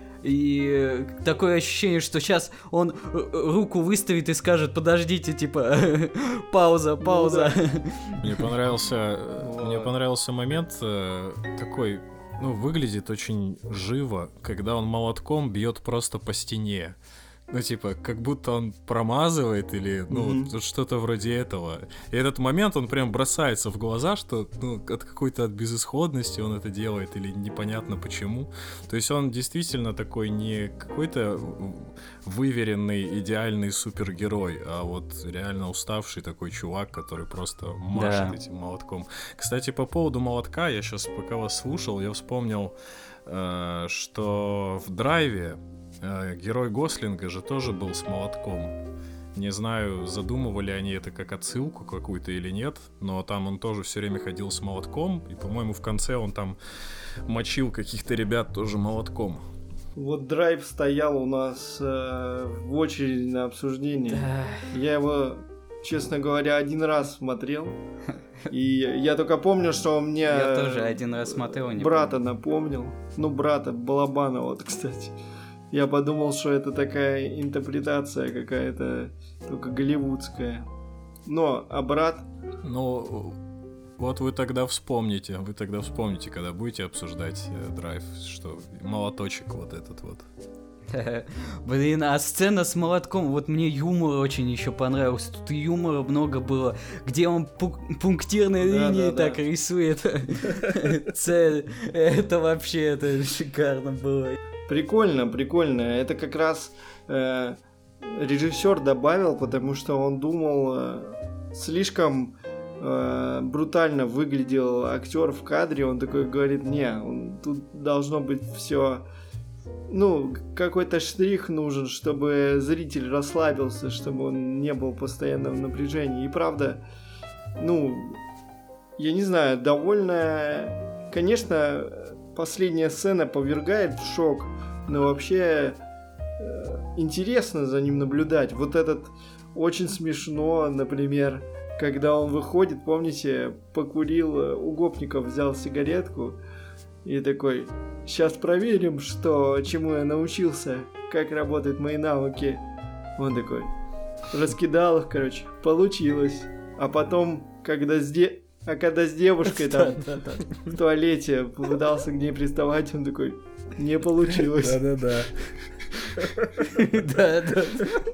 S3: И такое ощущение, что сейчас он руку выставит и скажет: подождите, типа, пауза, пауза.
S2: Ну, да.
S4: Мне понравился, мне понравился момент э, такой, ну, выглядит очень живо, когда он молотком бьет просто по стене. Ну, типа, как будто он промазывает или, ну,
S2: Мгм.
S4: вот что-то вроде этого. И этот момент, он прям бросается в глаза, что, ну, от какой-то от безысходности он это делает или непонятно почему. То есть он действительно такой не какой-то выверенный, идеальный супергерой, а вот реально уставший такой чувак, который просто машет
S3: Да.
S4: этим молотком. Кстати, по поводу молотка, я сейчас, пока вас слушал, я вспомнил, э, что в «Драйве» э, герой Гослинга же тоже был с молотком. Не знаю, задумывали они это как отсылку какую-то или нет, но там он тоже все время ходил с молотком, и, по-моему, в конце он там мочил каких-то ребят тоже молотком.
S2: Вот «Драйв» стоял у нас э, в очереди на обсуждение. Я его, честно говоря, один раз смотрел. И я только помню, что он мне...
S3: Я тоже один раз смотрел, не
S2: брата
S3: помню.
S2: напомнил. Ну, брата Балабанова, вот, кстати. Я подумал, что это такая интерпретация какая-то, только голливудская. Но, а брат...
S4: Ну, вот вы тогда вспомните, вы тогда вспомните, когда будете обсуждать э, «Драйв», что молоточек вот этот вот.
S3: Блин, а сцена с молотком, вот мне юмор очень еще понравился. Тут и юмора много было, где он пу- пунктирной
S2: Да,
S3: линией
S2: да, да.
S3: так рисует цель. Это вообще, это шикарно было.
S2: Прикольно, прикольно. Это как раз э, режиссер добавил, потому что он думал, э, слишком э, брутально выглядел актер в кадре. Он такой говорит: не, он, тут должно быть все, ну, какой-то штрих нужен, чтобы зритель расслабился, чтобы он не был постоянно в напряжении. И правда, ну, я не знаю, довольно, конечно, последняя сцена повергает в шок, но вообще э, интересно за ним наблюдать. Вот этот очень смешно, например, когда он выходит, помните, покурил э, у гопников, взял сигаретку и такой: сейчас проверим, что, чему я научился, как работают мои навыки. Он такой раскидал их, короче, получилось. А потом, когда с де... А когда с девушкой там в туалете пытался к ней приставать, он такой: Не получилось.
S4: Да-да-да.
S3: Да-да.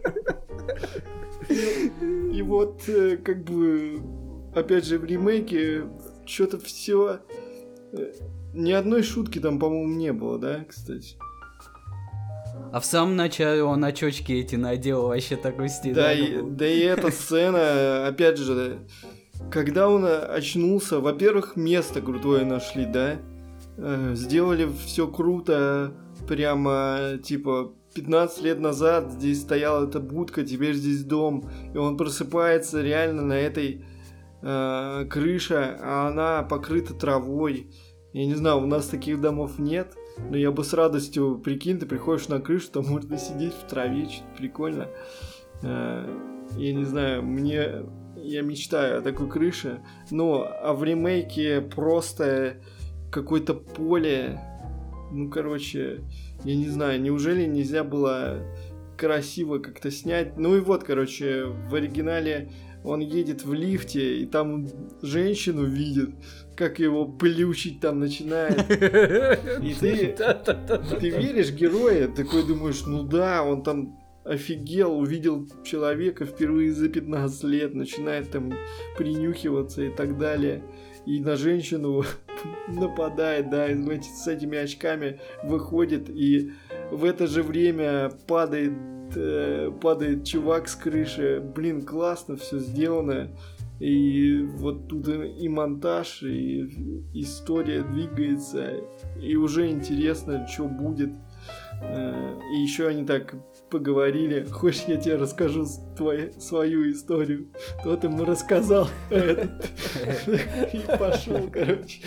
S2: И вот, э, как бы, опять же, в ремейке что-то все... Ни одной шутки там, по-моему, не было, да, кстати?
S3: А в самом начале он очечки эти надел, вообще такой стиль.
S2: Да, и, да и эта сцена, опять же, когда он очнулся, во-первых, место крутое нашли, да? Э, сделали все круто, прямо, типа, пятнадцать лет назад здесь стояла эта будка, теперь здесь дом, и он просыпается реально на этой э, крыше, а она покрыта травой. Я не знаю, у нас таких домов нет, но я бы с радостью, прикинь, ты приходишь на крышу, там можно сидеть в траве, что-то прикольно. Э, я не знаю, мне... Я мечтаю о такой крыше. Ну, а в ремейке просто какое-то поле. Ну, короче, я не знаю, неужели нельзя было красиво как-то снять? Ну и вот, короче, в оригинале он едет в лифте, и там женщину видит, как его плющить там начинает. И ты, ты веришь герою, такой думаешь, ну да, он там офигел, увидел человека впервые за пятнадцать лет, начинает там принюхиваться и так далее. И на женщину нападает, да, и с этими очками выходит, и в это же время падает, э, падает чувак с крыши. Блин, классно все сделано. И вот тут и монтаж, и история двигается, и уже интересно, что будет. И еще они так поговорили. Хочешь, я тебе расскажу твою, свою историю? Тот ему рассказал этот. И пошел, короче.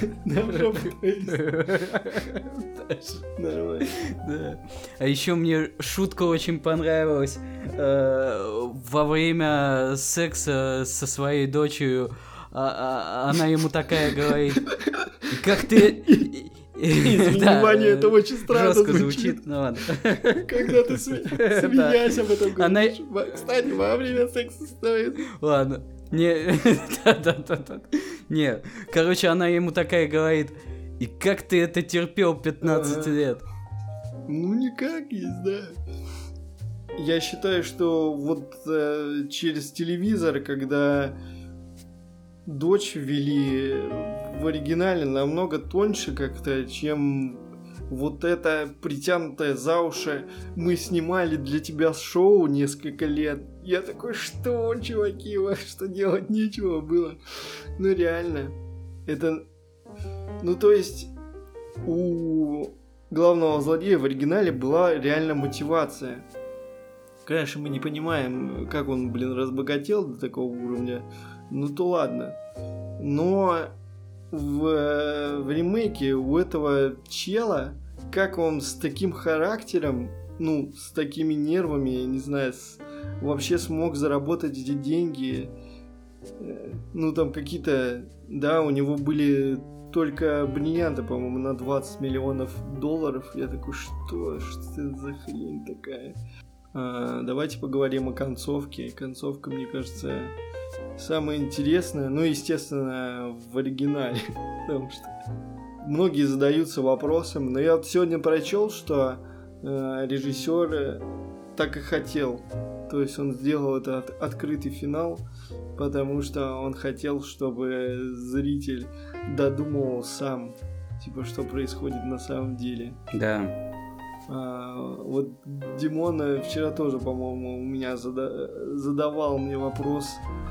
S2: Нормально.
S3: Да. А еще мне шутка очень понравилась. Э, во время секса со своей дочерью а, а, она ему такая говорит: как ты...
S2: Извини, Ваня, это очень странно
S3: жестко
S2: звучит.
S3: звучит, ну ладно.
S2: Когда ты смеясь об этом говоришь. Кстати, во время секса стоит.
S3: Ладно. Не, да-да-да. Не, короче, она ему такая говорит: и как ты это терпел пятнадцать лет?
S2: Ну, никак, не знаю. Я считаю, что вот э, через телевизор, когда дочь ввели в оригинале, намного тоньше как-то, чем вот это притянутое за уши «мы снимали для тебя шоу несколько лет». Я такой, что, чуваки, во что делать нечего было. Ну, реально. Это... Ну, то есть, у главного злодея в оригинале была реально мотивация. Конечно, мы не понимаем, как он, блин, разбогател до такого уровня. Ну, то ладно. Но... В, в ремейке у этого чела, как он с таким характером, ну, с такими нервами, я не знаю, с, вообще смог заработать эти деньги. Ну, там какие-то, да, у него были только бриллианты, по-моему, на двадцать миллионов долларов. Я такой, что? Что это за хрень такая? А, давайте поговорим о концовке. Концовка, мне кажется, самое интересное, ну, естественно, в оригинале, потому что многие задаются вопросом, но я вот сегодня прочел, что э, режиссер так и хотел, то есть он сделал это от, открытый финал, потому что он хотел, чтобы зритель додумывал сам, типа, что происходит на самом деле.
S3: Да.
S2: А, вот Димон вчера тоже, по-моему, у меня зада- задавал мне вопрос.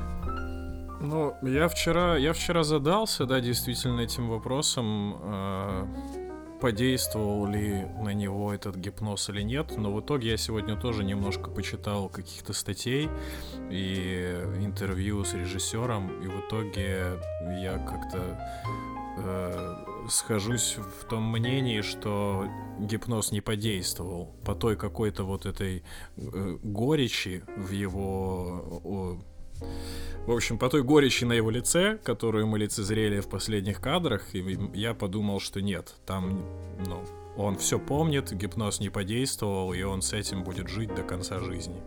S4: Ну, я вчера, я вчера задался, да, действительно этим вопросом, э, подействовал ли на него этот гипноз или нет, но в итоге я сегодня тоже немножко почитал каких-то статей и интервью с режиссером, и в итоге я как-то э, схожусь в том мнении, что гипноз не подействовал по той какой-то вот этой э, горечи в его... О, В общем, по той горечи на его лице, которую мы лицезрели в последних кадрах, и я подумал, что нет, там, ну, он все помнит, гипноз не подействовал, и он с этим будет жить до конца жизни.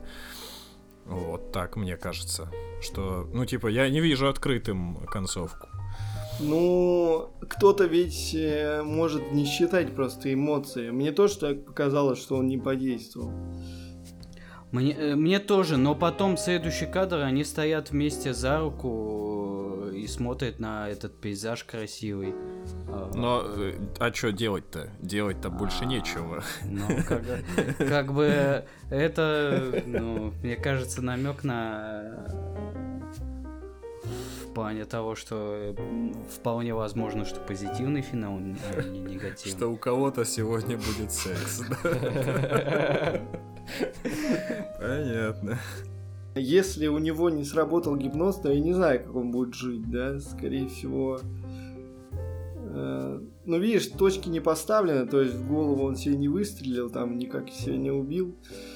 S4: Вот так мне кажется, что, ну, типа, я не вижу открытым концовку.
S2: Ну, кто-то ведь э, может не считать просто эмоции. Мне тоже так показалось, что он не подействовал.
S3: Мне, э, мне тоже, но потом следующий кадр, они стоят вместе за руку и смотрят на этот пейзаж красивый.
S4: Но, э, а что делать-то? Делать-то больше
S3: А,
S4: нечего.
S3: Ну, как, как бы это, ну, мне кажется, намек на в плане того, что вполне возможно, что позитивный финал, а не негативный.
S4: Что у кого-то сегодня будет секс. Понятно.
S2: Если у него не сработал гипноз, то я не знаю, как он будет жить, да, скорее всего. Ну, видишь, точки не поставлены, то есть в голову он себе не выстрелил, там никак себя не убил.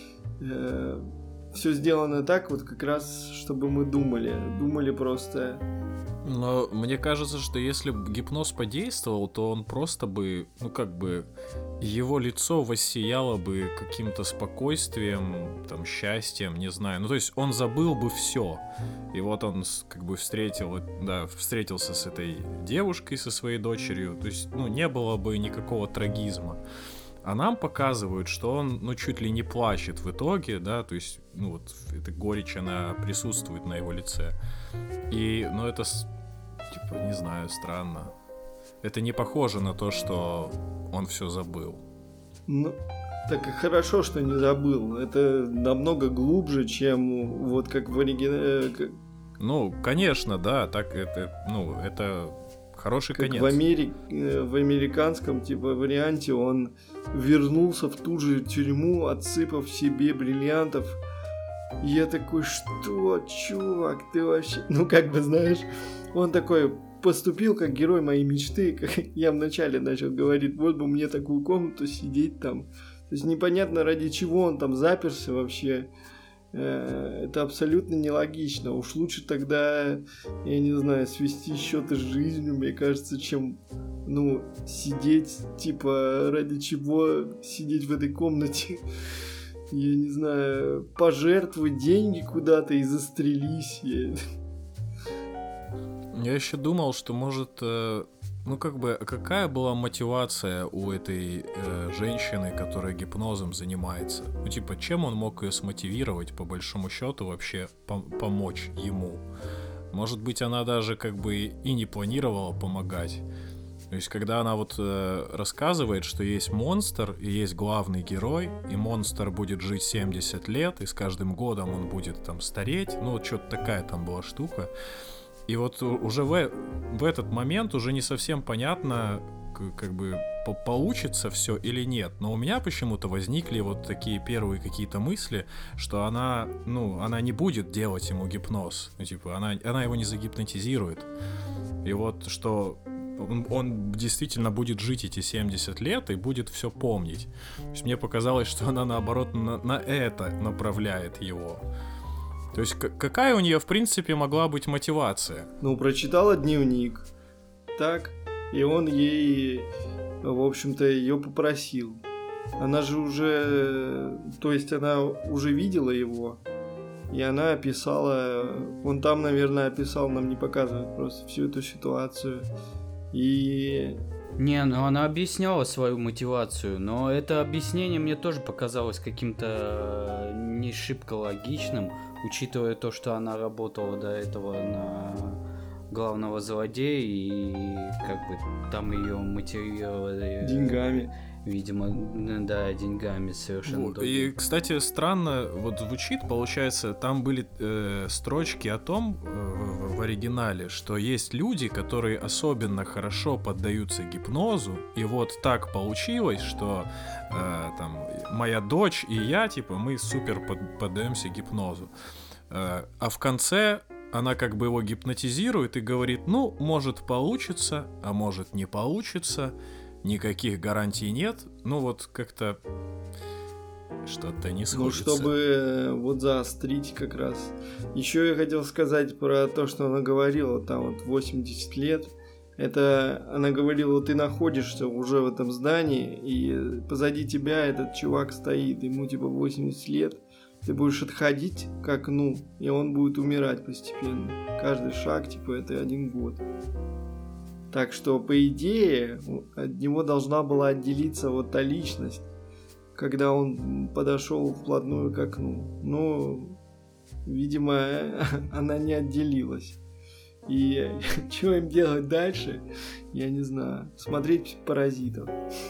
S2: Все сделано так, вот как раз, чтобы мы думали. Думали просто.
S4: Но мне кажется, что если бы гипноз подействовал, то он просто бы, ну как бы, его лицо воссияло бы каким-то спокойствием, там, счастьем, не знаю. Ну то есть он забыл бы все. И вот он как бы встретил, да, встретился с этой девушкой, со своей дочерью. То есть, ну, не было бы никакого трагизма. А нам показывают, что он, ну, чуть ли не плачет в итоге, да, то есть, ну, вот, эта горечь, она присутствует на его лице. И, ну, это, типа, не знаю, странно. Это не похоже на то, что он все забыл.
S2: Ну, так и хорошо, что не забыл. Это намного глубже, чем вот как в оригинале.
S4: Ну, конечно, да, так это, ну, это... Хороший
S2: как
S4: конец.
S2: В, Америк... в американском типа варианте он вернулся в ту же тюрьму, отсыпав себе бриллиантов. И я такой, что, чувак, ты вообще... Ну, как бы, знаешь, он такой поступил как герой моей мечты, как я вначале начал говорить, вот бы мне такую комнату сидеть там. То есть непонятно, ради чего он там заперся вообще. Это абсолютно нелогично. Уж лучше тогда, я не знаю, свести счеты с жизнью, мне кажется, чем, ну, сидеть, типа, ради чего сидеть в этой комнате. Я не знаю, пожертвуй деньги куда-то и застрелись. Я,
S4: я еще думал, что может... Ну, как бы, какая была мотивация у этой э, женщины, которая гипнозом занимается? Ну, типа, чем он мог ее смотивировать, по большому счету, вообще пом- помочь ему? Может быть, она даже, как бы, и не планировала помогать. То есть, когда она вот э, рассказывает, что есть монстр и есть главный герой, и монстр будет жить семьдесят лет, и с каждым годом он будет там стареть, ну, вот что-то такая там была штука. И вот уже в, в этот момент уже не совсем понятно, как бы получится все или нет. Но у меня почему-то возникли вот такие первые какие-то мысли, что она, ну, она не будет делать ему гипноз. Ну, типа, она, она его не загипнотизирует. И вот что он, он действительно будет жить эти семьдесят лет и будет все помнить. То есть мне показалось, что она наоборот на, на это направляет его. То есть к- какая у нее, в принципе, могла быть мотивация?
S2: Ну, прочитала дневник, так, и он ей, в общем-то, ее попросил. Она же уже, то есть она уже видела его, и она описала, он там, наверное, описал, нам не показывает просто всю эту ситуацию. И...
S3: Не, ну она объясняла свою мотивацию, но это объяснение мне тоже показалось каким-то не шибко логичным, учитывая то, что она работала до этого на главного злодея, и как бы там ее мотивировали...
S2: Деньгами.
S3: Видимо, да, деньгами совершенно.
S4: Вот. И, кстати, странно вот звучит, получается, там были э, строчки о том э, в, в оригинале, что есть люди, которые особенно хорошо поддаются гипнозу, и вот так получилось, что э, там моя дочь и я, типа, мы супер под, поддаемся гипнозу. Э, а в конце она как бы его гипнотизирует и говорит, ну, может получится, а может не получится. Никаких гарантий нет. Ну вот как-то что-то не сходится.
S2: Ну, чтобы вот заострить как раз. Еще я хотел сказать про то, что она говорила, там вот восемьдесят лет. Это она говорила, ты находишься уже в этом здании, и позади тебя этот чувак стоит, ему типа восемьдесят лет. Ты будешь отходить к окну, и он будет умирать постепенно. Каждый шаг, типа, это один год. Так что, по идее, от него должна была отделиться вот та личность, когда он подошел вплотную к окну. Но, видимо, она не отделилась. И что им делать дальше, я не знаю. Смотреть «Паразитов».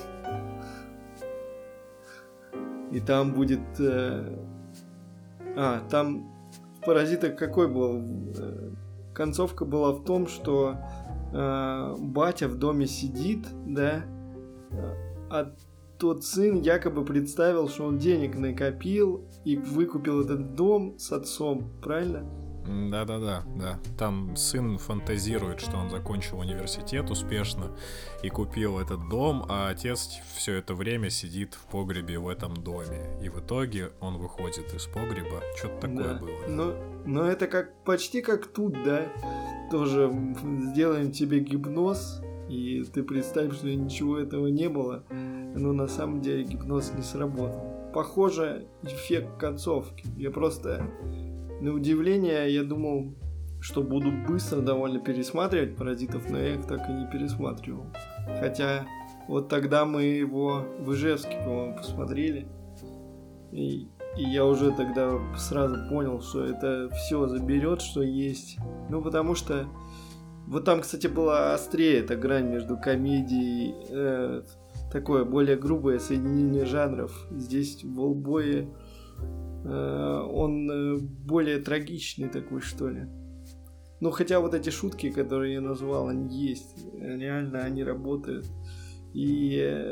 S2: И там будет... Э... А, там в «Паразитах» какой был? Концовка была в том, что э, батя в доме сидит, да, а тот сын якобы представил, что он денег накопил и выкупил этот дом с отцом, правильно?
S4: Да-да-да, да. Там сын фантазирует, что он закончил университет успешно и купил этот дом, а отец все это время сидит в погребе в этом доме. И в итоге он выходит из погреба. Что-то такое
S2: да.
S4: было.
S2: Но, но это как почти как тут, да? Тоже сделаем тебе гипноз, и ты представь, что ничего этого не было. Но на самом деле гипноз не сработал. Похоже, эффект концовки. Я просто... На удивление, я думал, что буду быстро довольно пересматривать «Паразитов», но я их так и не пересматривал. Хотя вот тогда мы его в Ижевске, по-моему, посмотрели. И, и я уже тогда сразу понял, что это все заберет, что есть. Ну, потому что вот там, кстати, была острее эта грань между комедией, э, такое более грубое соединение жанров. Здесь в «Олдбое» он более трагичный такой, что ли. Ну, хотя вот эти шутки, которые я назвал, они есть. Реально, они работают. И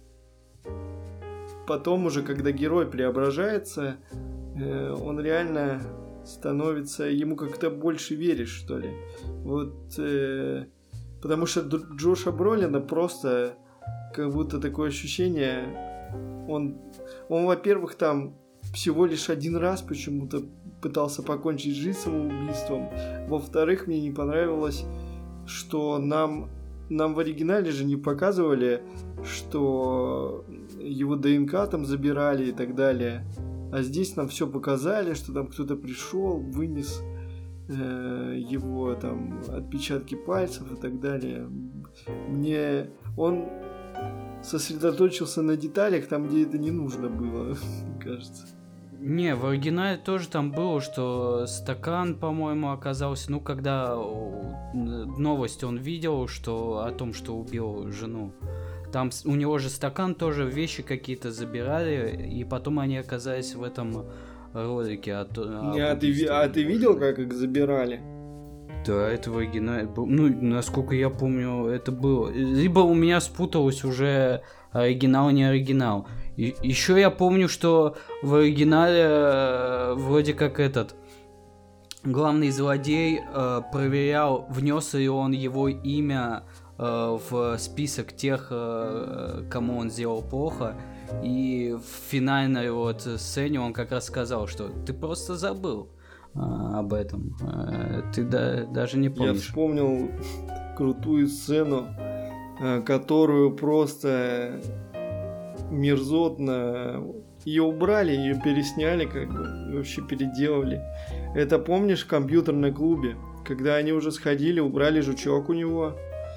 S2: потом уже, когда герой преображается, он реально становится... Ему как-то больше веришь, что ли. Вот... Потому что Джоша Бролина просто как будто такое ощущение... Он, он во-первых, там... всего лишь один раз почему-то пытался покончить жизнь самоубийством. Во-вторых, мне не понравилось, что нам, нам в оригинале же не показывали, что его ДНК там забирали и так далее. А здесь нам все показали, что там кто-то пришел, вынес э, его там отпечатки пальцев и так далее. Мне он сосредоточился на деталях там, где это не нужно было, кажется.
S3: Не, в оригинале тоже там было, что стакан, по-моему, оказался, ну, когда новость он видел, что о том, что убил жену. Там у него же стакан тоже, вещи какие-то забирали, и потом они оказались в этом ролике. О, о
S2: Не, а, ты, а ты видел, как их забирали?
S3: Да, это в оригинале. Ну, насколько я помню, это было. Либо у меня спуталось уже оригинал, не оригинал. И, еще я помню, что в оригинале э, вроде как этот главный злодей э, проверял, внес ли он его имя э, в список тех, э, кому он сделал плохо. И в финальной вот сцене он как раз сказал, что ты просто забыл э, об этом. Э, ты да, даже не помнишь.
S2: Я вспомнил крутую сцену, э, которую просто... мерзотно. Ее убрали, ее пересняли, как бы, вообще переделали. Это помнишь в компьютерном клубе, когда они уже сходили, убрали жучок у него,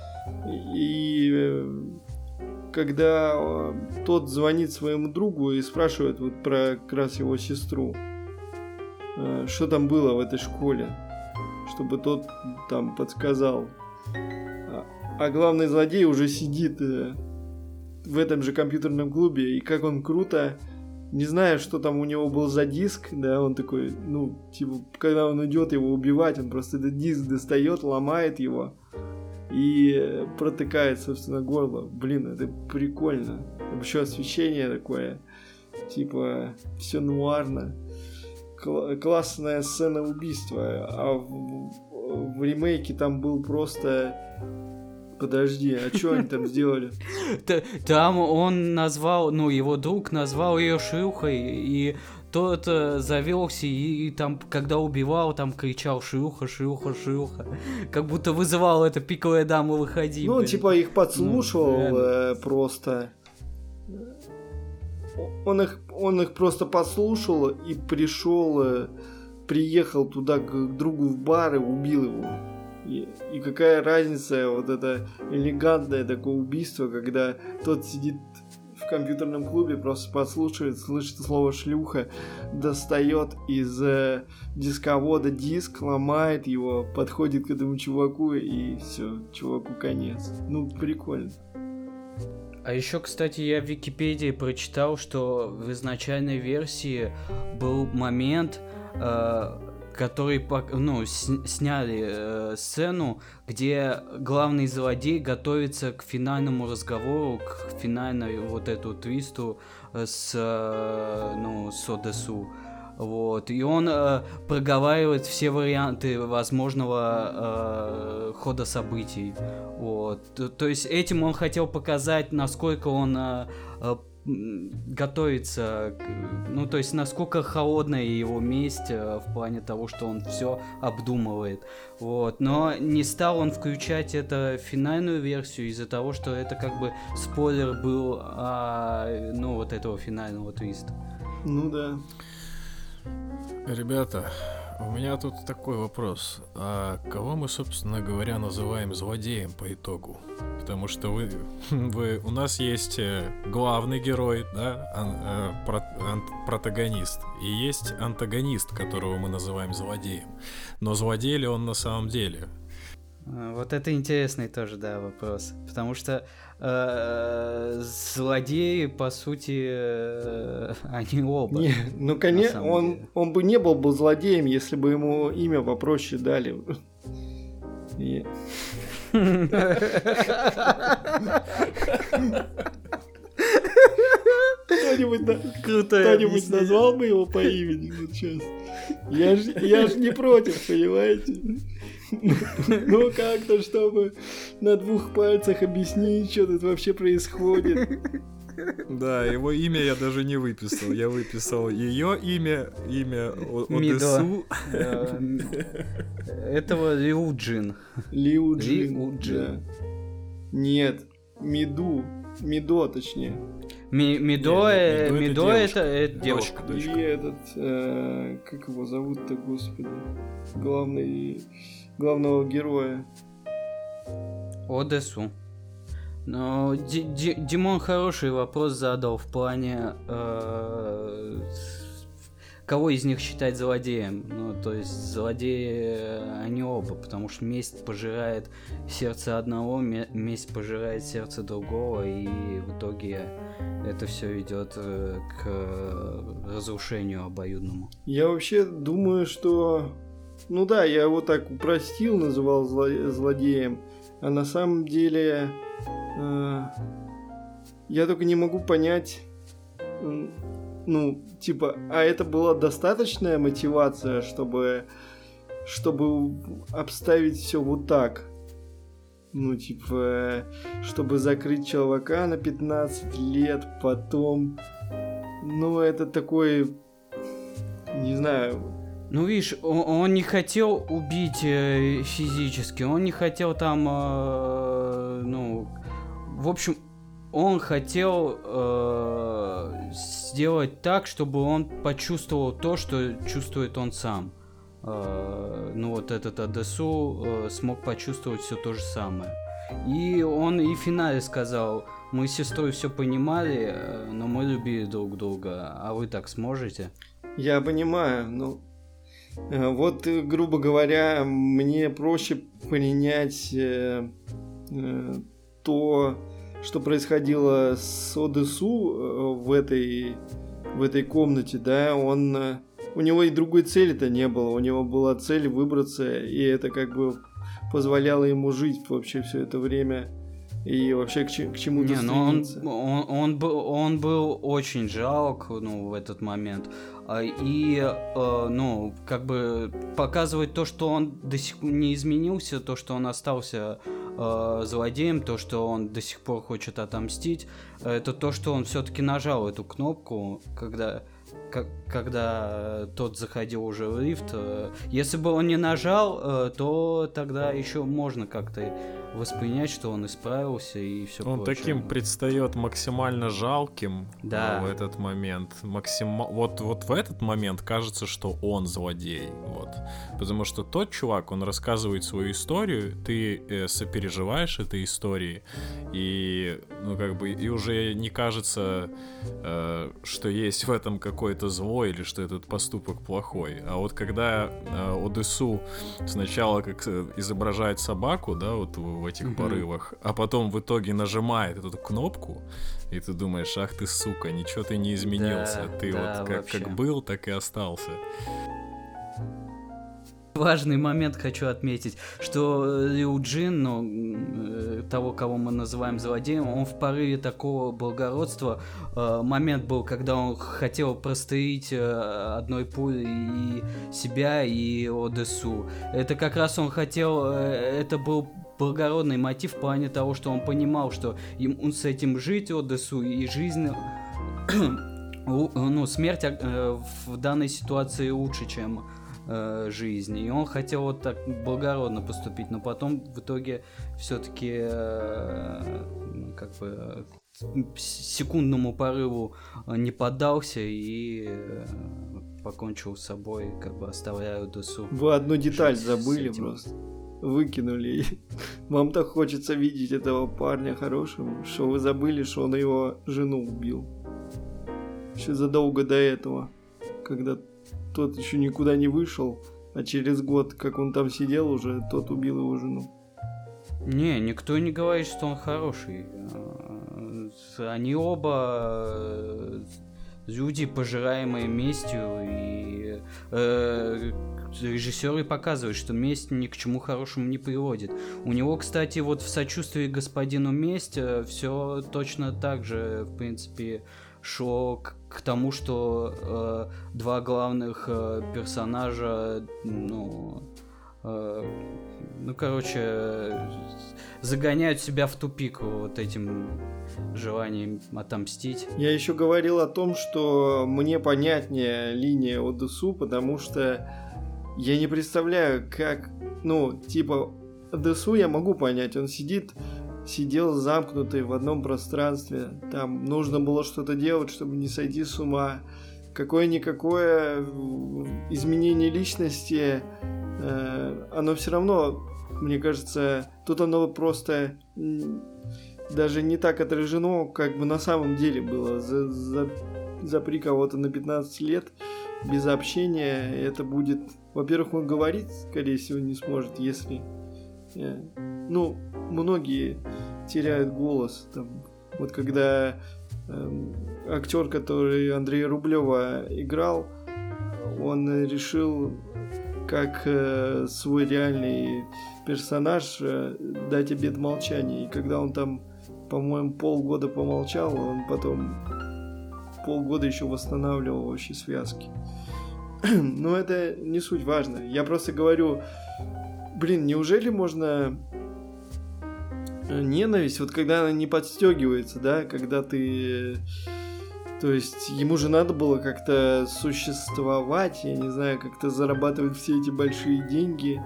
S2: и когда тот звонит своему другу и спрашивает вот про как раз его сестру, что там было в этой школе, чтобы тот там подсказал. А главный злодей уже сидит в этом же компьютерном клубе, и как он круто, не зная, что там у него был за диск, да, он такой, ну, типа, когда он идет его убивать, он просто этот диск достает, ломает его и протыкает, собственно, горло. Блин, это прикольно. Еще освещение такое, типа, все нуарно. Кл- классная сцена убийства, а в, в ремейке там был просто... Подожди, а что они там сделали?
S3: Там он назвал, ну, его друг назвал ее шлюхой, и тот э, завелся, и, и там, когда убивал, там кричал шлюха, шлюха, шлюха. Как будто вызывал это пиковая дама, выходи.
S2: Ну,
S3: блин.
S2: типа их подслушивал
S3: ну,
S2: э, просто. Он их, он их просто подслушал и пришел, э, приехал туда к другу в бар и убил его. И, и какая разница, вот это элегантное такое убийство, когда тот сидит в компьютерном клубе, просто подслушивает, слышит слово шлюха, достает из э, дисковода диск, ломает его, подходит к этому чуваку и все, чуваку конец. Ну, прикольно.
S3: А еще, кстати, я в Википедии прочитал, что в изначальной версии был момент, э, который, ну, с- сняли э, сцену, где главный злодей готовится к финальному разговору, к финальной вот эту твисту с, э, ну, с Одессу. Вот, и он э, проговаривает все варианты возможного э, хода событий. Вот. То, то есть этим он хотел показать, насколько он э, э, готовится, ну, то есть насколько холодная его месть э, в плане того, что он все обдумывает. Вот. Но не стал он включать это в финальную версию из-за того, что это как бы спойлер был, а, ну, вот этого финального твиста.
S2: Ну да.
S4: Ребята, у меня тут такой вопрос. А кого мы, собственно говоря, называем злодеем по итогу? Потому что вы, вы у нас есть главный герой, да, ан, э, про, ан, протагонист, и есть антагонист, которого мы называем злодеем. Но злодей ли он на самом деле?
S3: Вот это интересный тоже, да, вопрос. Потому что э, злодеи, по сути, э, они оба.
S2: Не, ну, конечно, он, он бы не был бы злодеем, если бы ему имя попроще дали. И... Кто-нибудь, на... Кто-нибудь назвал бы его по имени? Вот сейчас. Я ж, я ж не против, понимаете? Ну, как-то, чтобы на двух пальцах объяснить, что тут вообще происходит.
S4: Да, его имя я даже не выписал. Я выписал ее имя, имя Одессу.
S3: Этого Лиу Джин.
S2: Лиу Джин. Нет, Миду. Мидо, точнее.
S3: Мидо это девушка.
S2: И этот, как его зовут-то, господи, главный, главного героя.
S3: Одессу. Но Димон хороший вопрос задал в плане, э, кого из них считать злодеем. Ну, то есть злодеи они оба, потому что месть пожирает сердце одного, месть пожирает сердце другого, и в итоге это все идет к разрушению обоюдному.
S2: Я вообще думаю, что... Ну да, я его так упростил, называл зло- злодеем, а на самом деле... Я только не могу понять, ну, типа, а это была достаточная мотивация, чтобы, чтобы обставить все вот так? Ну, типа, чтобы закрыть чувака на пятнадцать лет, потом... Ну, это такой... Не знаю...
S3: Ну, видишь, он, он не хотел убить э, физически, он не хотел там, э, ну... В общем, он хотел э, сделать так, чтобы он почувствовал то, что чувствует он сам. Э, ну вот этот Одессу э, смог почувствовать все то же самое. И он и в финале сказал: мы с сестрой все понимали, э, но мы любили друг друга, а вы так сможете?
S2: Я понимаю, но... Э, вот, грубо говоря, мне проще принять... Э, э, то, что происходило с Одессу в этой, в этой комнате, да, он, у него и другой цели-то не было, у него была цель выбраться, и это как бы позволяло ему жить вообще все это время, и вообще к, к чему-то
S3: не,
S2: стремиться.
S3: Он, он, он, был, он был очень жалок, ну, в этот момент. И, э, ну, как бы показывать то, что он до сих пор не изменился, то, что он остался э, злодеем, то, что он до сих пор хочет отомстить, это то, что он все-таки нажал эту кнопку, когда, как, когда тот заходил уже в лифт. Если бы он не нажал, то тогда еще можно как-то воспринять, что он исправился и все
S4: Он
S3: прочее.
S4: таким предстает максимально жалким,
S3: да.
S4: в этот момент. Максима... Вот, вот в этот момент кажется, что он злодей. Вот. наоборот. Потому что тот чувак, он рассказывает свою историю, ты э, сопереживаешь этой истории, и, ну, как бы, и уже не кажется, э, что есть в этом какое-то зло или что этот поступок плохой. А вот когда э, Одессу сначала как изображает собаку, да, вот в, в этих mm-hmm. порывах, а потом в итоге нажимает эту кнопку, и ты думаешь, ах ты, сука, ничего ты не изменился.
S3: Да,
S4: ты
S3: да,
S4: вот как, как был, так и остался.
S3: Важный момент хочу отметить, что Лю Джин, ну, того, кого мы называем злодеем, он в порыве такого благородства, э, момент был, когда он хотел прострелить э, одной пулей и себя, и Одессу. Это как раз он хотел, э, это был благородный мотив в плане того, что он понимал, что ему с этим жить, Одессу, и жизнь... ну, смерть э, в данной ситуации лучше, чем э, жизнь. И он хотел вот так благородно поступить, но потом в итоге все-таки э, как бы секундному порыву не поддался и э, покончил с собой, как бы оставляя Одессу.
S2: Вы одну деталь забыли просто. Выкинули. Вам так хочется видеть этого парня хорошим, что вы забыли, что он его жену убил. Еще задолго до этого, когда тот еще никуда не вышел, а через год, как он там сидел уже, тот убил его жену.
S3: Не, никто не говорит, что он хороший. Они оба люди, пожираемые местью, и э, режиссеры показывают, что месть ни к чему хорошему не приводит. У него, кстати, вот в сочувствии господину месть все точно так же, в принципе, шло к, к тому, что э, два главных э, персонажа, ну, э, ну, короче, загоняют себя в тупик вот этим желанием отомстить.
S2: Я еще говорил о том, что мне понятнее линия Одессу, потому что я не представляю, как, ну, типа, Одессу я могу понять, он сидит, сидел замкнутый в одном пространстве, там нужно было что-то делать, чтобы не сойти с ума, какое-никакое изменение личности, э, оно все равно, мне кажется, тут оно просто даже не так отражено, как бы на самом деле было. За, за, запри кого-то на пятнадцать лет без общения, это будет... Во-первых, он говорить, скорее всего, не сможет, если... Э, ну, многие теряют голос. Там, вот когда э, актер, который Андрея Рублева играл, он решил, как э, свой реальный персонаж, э, дать обет молчания. И когда он там, по-моему, полгода помолчал, он потом полгода еще восстанавливал вообще связки. Но это не суть важно. Я просто говорю, блин, неужели можно ненависть, вот когда она не подстегивается, да, когда ты... То есть ему же надо было как-то существовать, я не знаю, как-то зарабатывать все эти большие деньги.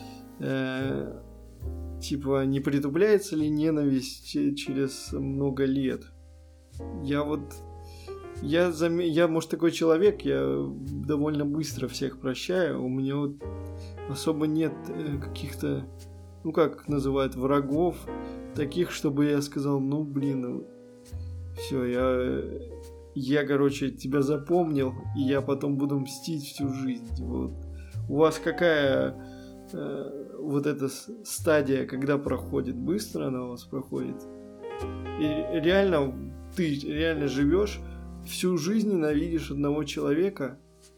S2: Э, типа, не притупляется ли ненависть через много лет? Я вот... Я, зам... я, может, такой человек, я довольно быстро всех прощаю. У меня вот особо нет каких-то, ну как называют, врагов, таких, чтобы я сказал, ну блин, ну, все, я, я, короче, тебя запомнил, и я потом буду мстить всю жизнь. Вот. У вас какая э, вот эта стадия, когда проходит? Быстро она у вас проходит? И реально, ты реально живешь, всю жизнь ненавидишь одного человека?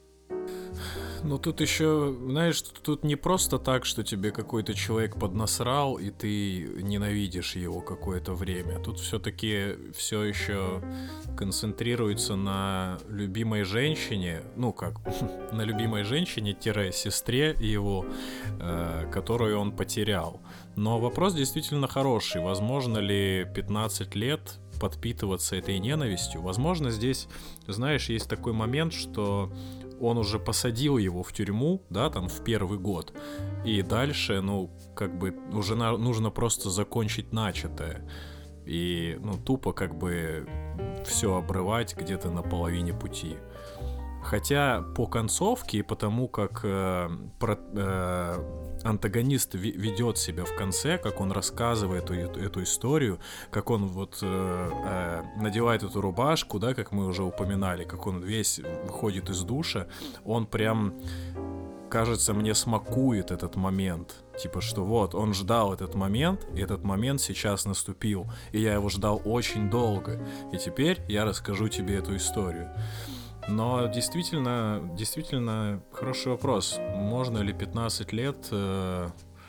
S4: Ну тут еще, знаешь, тут не просто так, что тебе какой-то человек поднасрал, и ты ненавидишь его какое-то время. Тут все-таки все еще концентрируется на любимой женщине, ну как, на любимой женщине-сестре его, э, которую он потерял. Но вопрос действительно хороший. Возможно ли пятнадцать лет подпитываться этой ненавистью? Возможно, здесь, знаешь, есть такой момент, что он уже посадил его в тюрьму, да, там, в первый год, и дальше, ну, как бы, уже на, нужно просто закончить начатое, и, ну, тупо, как бы, все обрывать где-то на половине пути. Хотя по концовке и потому, как э, про, э, антагонист ви- ведет себя в конце, как он рассказывает эту, эту историю, как он вот э, э, надевает эту рубашку, да, как мы уже упоминали, как он весь выходит из душа, он прям, кажется, мне смакует этот момент. Типа, что вот, он ждал этот момент, и этот момент сейчас наступил, и я его ждал очень долго, и теперь я расскажу тебе эту историю. Но действительно, действительно хороший вопрос. Можно ли пятнадцать лет э,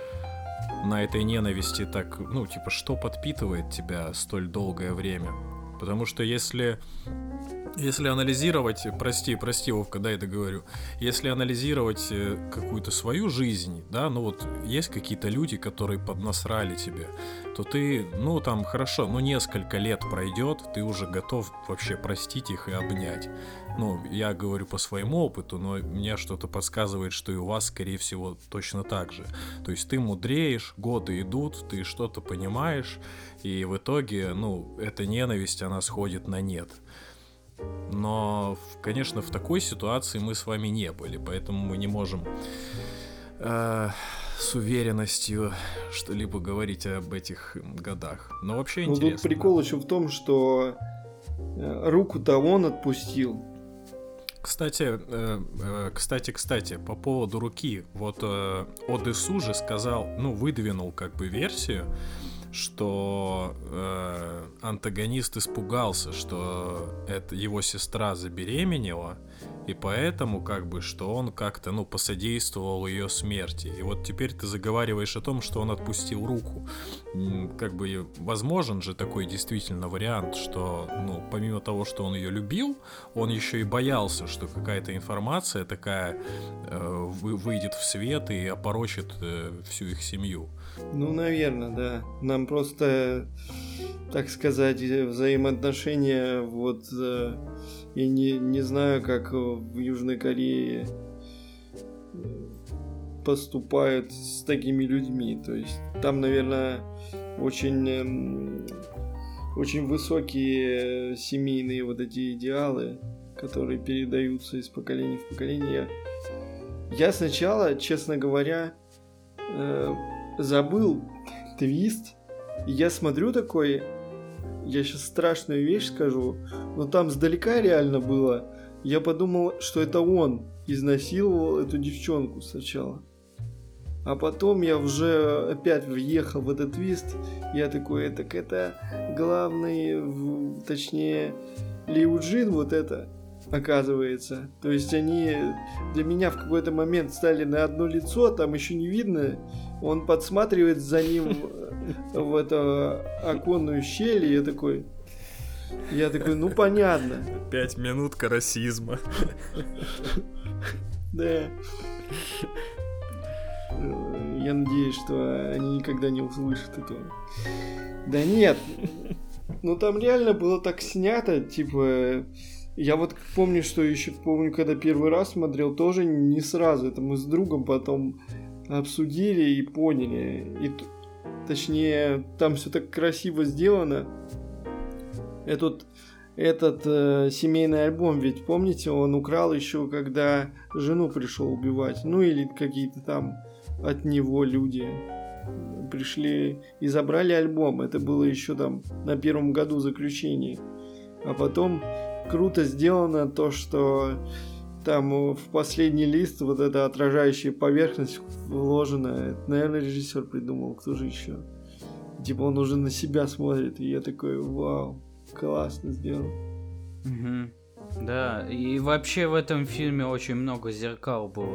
S4: на этой ненависти так, ну, типа, что подпитывает тебя столь долгое время? Потому что если, если анализировать, прости, прости, Вов, когда я это говорю, если анализировать какую-то свою жизнь, да, ну вот есть какие-то люди, которые поднасрали тебе, то ты, ну там хорошо, ну несколько лет пройдет, ты уже готов вообще простить их и обнять. Ну, я говорю по своему опыту, но мне что-то подсказывает, что и у вас, скорее всего, точно так же. То есть ты мудреешь, годы идут, ты что-то понимаешь, и в итоге, ну, эта ненависть, она сходит на нет. Но, конечно, в такой ситуации мы с вами не были, поэтому мы не можем э, с уверенностью что-либо говорить об этих годах. Но вообще
S2: ну,
S4: интересно.
S2: Тут прикол
S4: да.
S2: еще в том, что руку-то он отпустил.
S4: Кстати, э, э, кстати, кстати, по поводу руки. Вот э, Одесу же сказал, ну, выдвинул как бы версию, что э, антагонист испугался, что это его сестра забеременела, и поэтому как бы, что он как-то, ну, посодействовал ее смерти. И вот теперь ты заговариваешь о том, что он отпустил руку. Как бы возможен же такой действительно вариант, что, ну, помимо того, что он ее любил, он еще и боялся, что какая-то информация такая э, вы, выйдет в свет и опорочит э, всю их семью.
S2: Ну, наверное, да. Нам просто, так сказать, взаимоотношения, вот, э, я не, не знаю, как в Южной Корее поступают с такими людьми. То есть там, наверное, очень, э, очень высокие семейные вот эти идеалы, которые передаются из поколения в поколение. Я сначала, честно говоря, э, забыл твист, и я смотрю такой, я сейчас страшную вещь скажу, но там сдалека реально было, я подумал, что это он изнасиловал эту девчонку сначала, а потом я уже опять въехал в этот твист, я такой, так это главный, точнее, Лиу Джин вот это, оказывается. То есть они для меня в какой-то момент стали на одно лицо, там еще не видно. Он подсматривает за ним в эту оконную щель, и я такой... Я такой, ну понятно.
S4: Пять минутка расизма.
S2: Да. Я надеюсь, что они никогда не услышат этого. Да нет. Ну там реально было так снято, типа... Я вот помню, что еще помню, когда первый раз смотрел, тоже не сразу. Это мы с другом потом обсудили и поняли. И, точнее, там все так красиво сделано. Этот, этот э, семейный альбом, ведь помните, он украл еще, когда жену пришел убивать. Ну или какие-то там от него люди пришли и забрали альбом. Это было еще там на первом году заключения. А потом... Круто сделано то, что там в последний лист вот эта отражающая поверхность вложена. Это, наверное, режиссер придумал, кто же еще. Типа он уже на себя смотрит, и я такой, вау, классно сделано.
S3: Угу. Да, и вообще в этом фильме очень много зеркал было.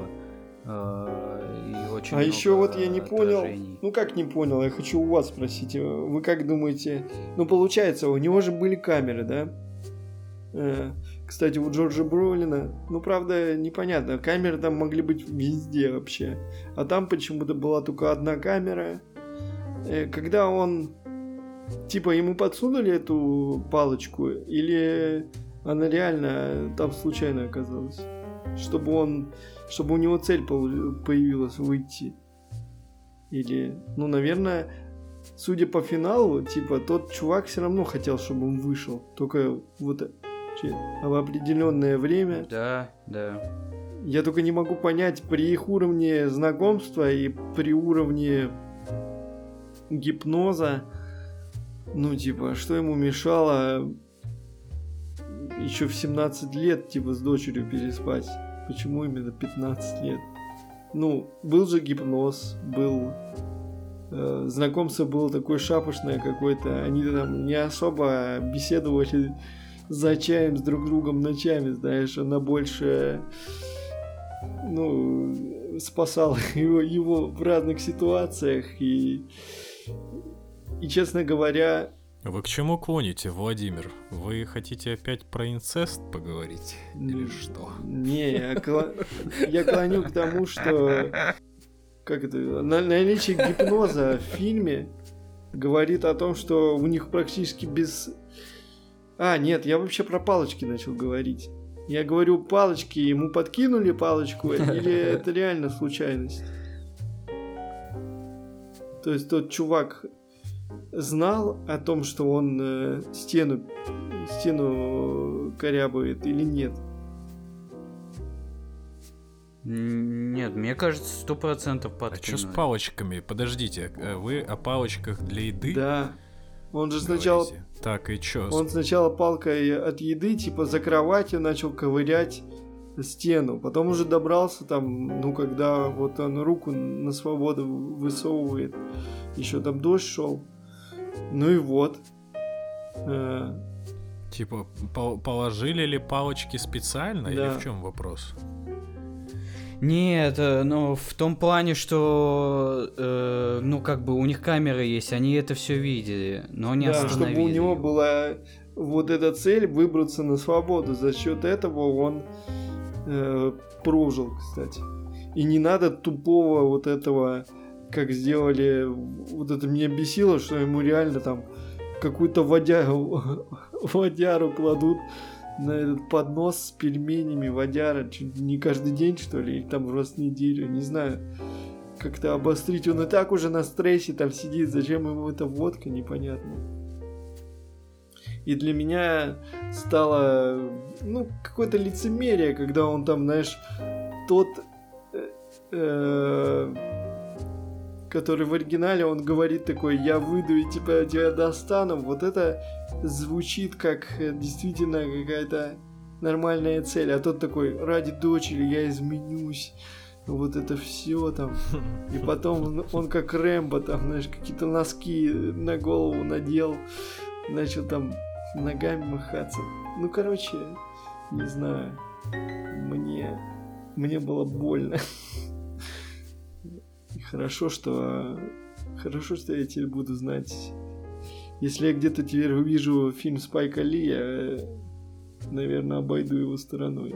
S3: И очень
S2: а еще вот я не
S3: отражений.
S2: понял, ну как не понял, я хочу у вас спросить, вы как думаете, ну получается, у него же были камеры, да? Кстати, у Джорджа Бролина, ну, правда, непонятно, камеры там могли быть везде вообще, а там почему-то была только одна камера. Когда он, типа, ему подсунули эту палочку, или она реально там случайно оказалась, чтобы он, чтобы у него цель появилась выйти, или, ну, наверное, судя по финалу, типа, тот чувак все равно хотел, чтобы он вышел, только вот в определенное время.
S3: Да, да.
S2: Я только не могу понять, при их уровне знакомства и при уровне гипноза, ну, типа, что ему мешало еще в семнадцать лет, типа, с дочерью переспать? Почему именно пятнадцать лет? Ну, был же гипноз, был... Э, знакомство было такое шапошное какое-то. Они там не особо беседовали за чаем с друг другом ночами, знаешь. Она больше... Ну, спасала его, его в разных ситуациях. И, и, честно говоря...
S4: Вы к чему клоните, Владимир? Вы хотите опять про инцест поговорить? Или что?
S2: Не, я, кла... я клоню к тому, что как это, наличие гипноза в фильме говорит о том, что у них практически без... А, нет, я вообще про палочки начал говорить. Я говорю, палочки, ему подкинули палочку, или это реально случайность? То есть тот чувак... знал о том, что он э, стену, стену корябает или нет?
S3: Нет, мне кажется, сто процентов
S4: А
S3: подкинули.
S4: что с палочками? Подождите, вы о палочках для еды?
S2: Да. Он же
S4: говорите?
S2: сначала...
S4: Так, и чё?
S2: Он сначала палкой от еды, типа, за кроватью начал ковырять стену. Потом уже добрался там, ну, когда вот он руку на свободу высовывает. Еще там дождь шел. Ну и вот. Э,
S4: Типа, по- положили ли палочки специально,
S2: Да.
S4: или в чем вопрос?
S3: Нет, э, ну в том плане, что э, ну как бы у них камеры есть, они это все видели, но не
S2: да,
S3: остановили.
S2: чтобы у него
S3: его.
S2: была вот эта цель выбраться на свободу. За счет этого он э, прожил, кстати. И не надо тупого вот этого, как сделали, вот это меня бесило, что ему реально там какую-то водяру, водяру кладут на этот поднос с пельменями, водяра, чуть не каждый день, что ли, или там раз в неделю, не знаю, как-то обострить. Он и так уже на стрессе там сидит, зачем ему эта водка, непонятно. И для меня стало, ну, какое-то лицемерие, когда он там, знаешь, тот... Э, который в оригинале, он говорит такой, я выйду и типа тебя достану. Вот это звучит как действительно какая-то нормальная цель. А тот такой, ради дочери я изменюсь. Вот это все там. И потом он, он как Рэмбо там, знаешь, какие-то носки на голову надел. Начал там ногами махаться. Ну, короче, не знаю. Мне... Мне было больно. И хорошо, что... Хорошо, что я теперь буду знать. Если я где-то теперь увижу фильм Спайка Ли, я, наверное, обойду его стороной.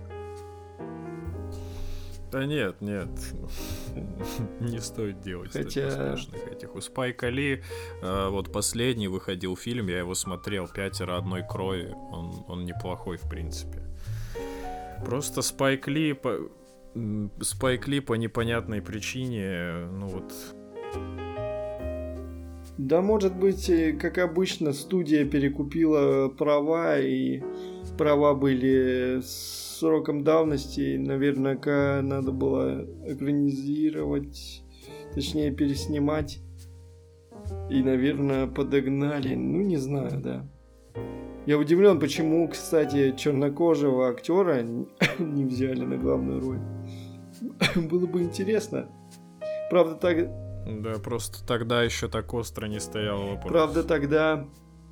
S4: Да нет, нет. Не стоит делать
S2: Хотя...
S4: страшных этих. У Спайка Ли, э, вот последний выходил фильм, я его смотрел, «Пятеро одной крови». Он, он неплохой, в принципе. Просто Спайк Ли по... Спайк Ли по непонятной причине, ну вот...
S2: Да, может быть, как обычно, студия перекупила права, и права были с сроком давности, и, наверное, надо было экранизировать, точнее, переснимать, и, наверное, подогнали, ну, не знаю, да. Я удивлен, почему, кстати, чернокожего актера не взяли на главную роль. Было бы интересно. Правда, так...
S4: Да, просто тогда еще так остро не стоял вопрос.
S2: Правда, тогда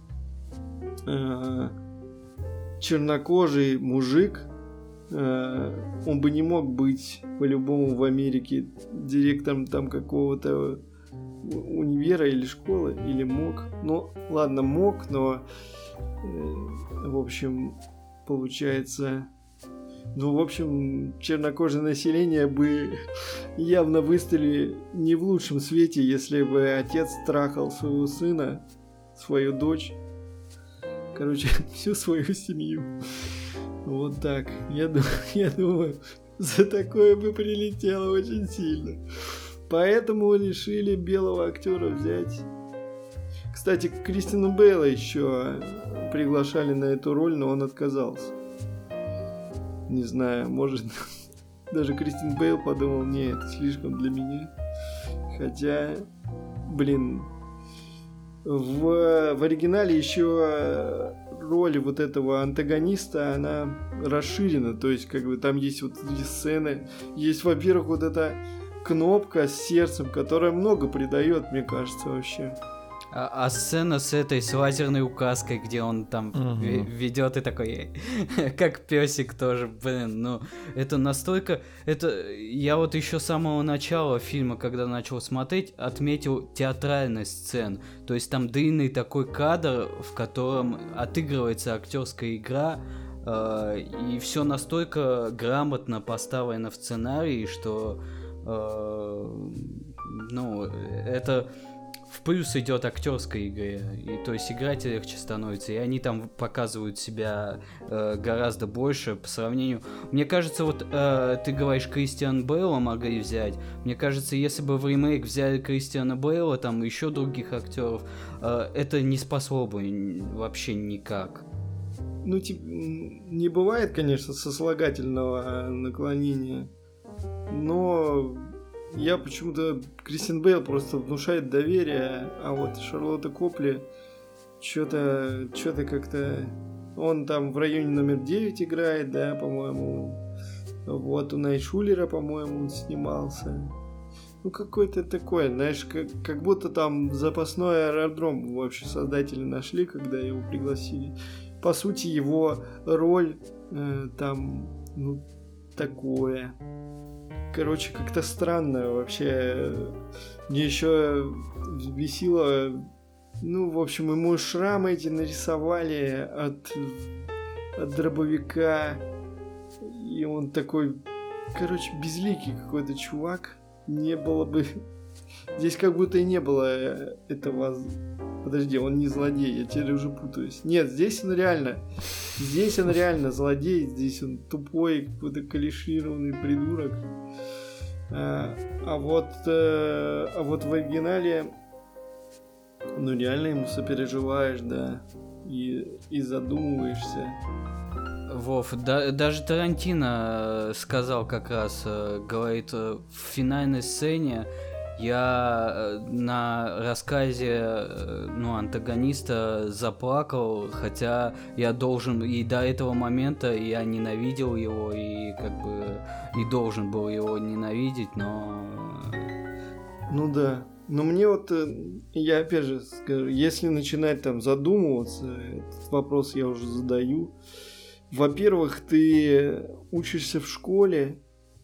S2: э, чернокожий мужик, э, он бы не мог быть по-любому в Америке директором там какого-то универа или школы, или мог. Ну, ладно, мог, но... В общем, получается... Ну, в общем, чернокожее население бы явно выставили не в лучшем свете, если бы отец трахал своего сына, свою дочь. Короче, всю свою семью. Вот так. Я, я думаю, за такое бы прилетело очень сильно. Поэтому решили белого актера взять. Кстати, Кристина Бейла еще приглашали на эту роль, но он отказался. Не знаю, может, даже Кристин Бейл подумал, не, это слишком для меня. Хотя, блин, в, в оригинале еще роль вот этого антагониста, она расширена, то есть, как бы, там есть вот эти сцены, есть, во-первых, вот эта кнопка с сердцем, которая много придает, мне кажется, вообще.
S3: А, а сцена с этой, с лазерной указкой, где он там
S4: Мгм.
S3: ве- ведет и такой, как песик тоже, блин, ну, это настолько, это, я вот еще с самого начала фильма, когда начал смотреть, отметил театральность сцен, то есть там длинный такой кадр, в котором отыгрывается актерская игра, э, и все настолько грамотно поставлено в сценарии, что, э, ну, это... в плюс идет актерской игре, и то есть играть легче становится, и они там показывают себя э, гораздо больше по сравнению. Мне кажется, вот э, ты говоришь, Кристиан Бейла могли взять. Мне кажется, если бы в ремейк взяли Кристиана Бейла, там еще других актеров, э, это не спасло бы н- вообще никак.
S2: Ну, типа, не бывает, конечно, сослагательного наклонения, но я почему-то... Кристиан Бейл просто внушает доверие, а вот Шарлотта Копли что-то что-то как-то... Он там в районе номер девять играет, да, по-моему. Вот у Найшулера, по-моему, он снимался. Ну, какой-то такой, знаешь, как, как будто там запасной аэродром вообще создатели нашли, когда его пригласили. По сути, его роль э, там, ну, такое. Короче, как-то странно вообще. Мне еще бесило... Ну, в общем, ему шрамы эти нарисовали от, от дробовика. И он такой... Короче, безликий какой-то чувак. Не было бы... Здесь как будто и не было этого... Подожди, он не злодей, я теперь уже путаюсь. Нет, здесь он реально... Здесь он реально злодей, здесь он тупой, какой-то калишированный придурок. А, а вот... А, а вот в оригинале... Ну, реально ему сопереживаешь, да. И, и задумываешься.
S3: Вов, да, даже Тарантино э, сказал как раз, э, говорит, э, в финальной сцене я э, на рассказе э, ну, антагониста заплакал, хотя я должен, и до этого момента я ненавидел его, и как бы и должен был его ненавидеть, но...
S2: Ну да. Но мне вот, я опять же скажу, если начинать там задумываться, этот вопрос я уже задаю. Во-первых, ты учишься в школе,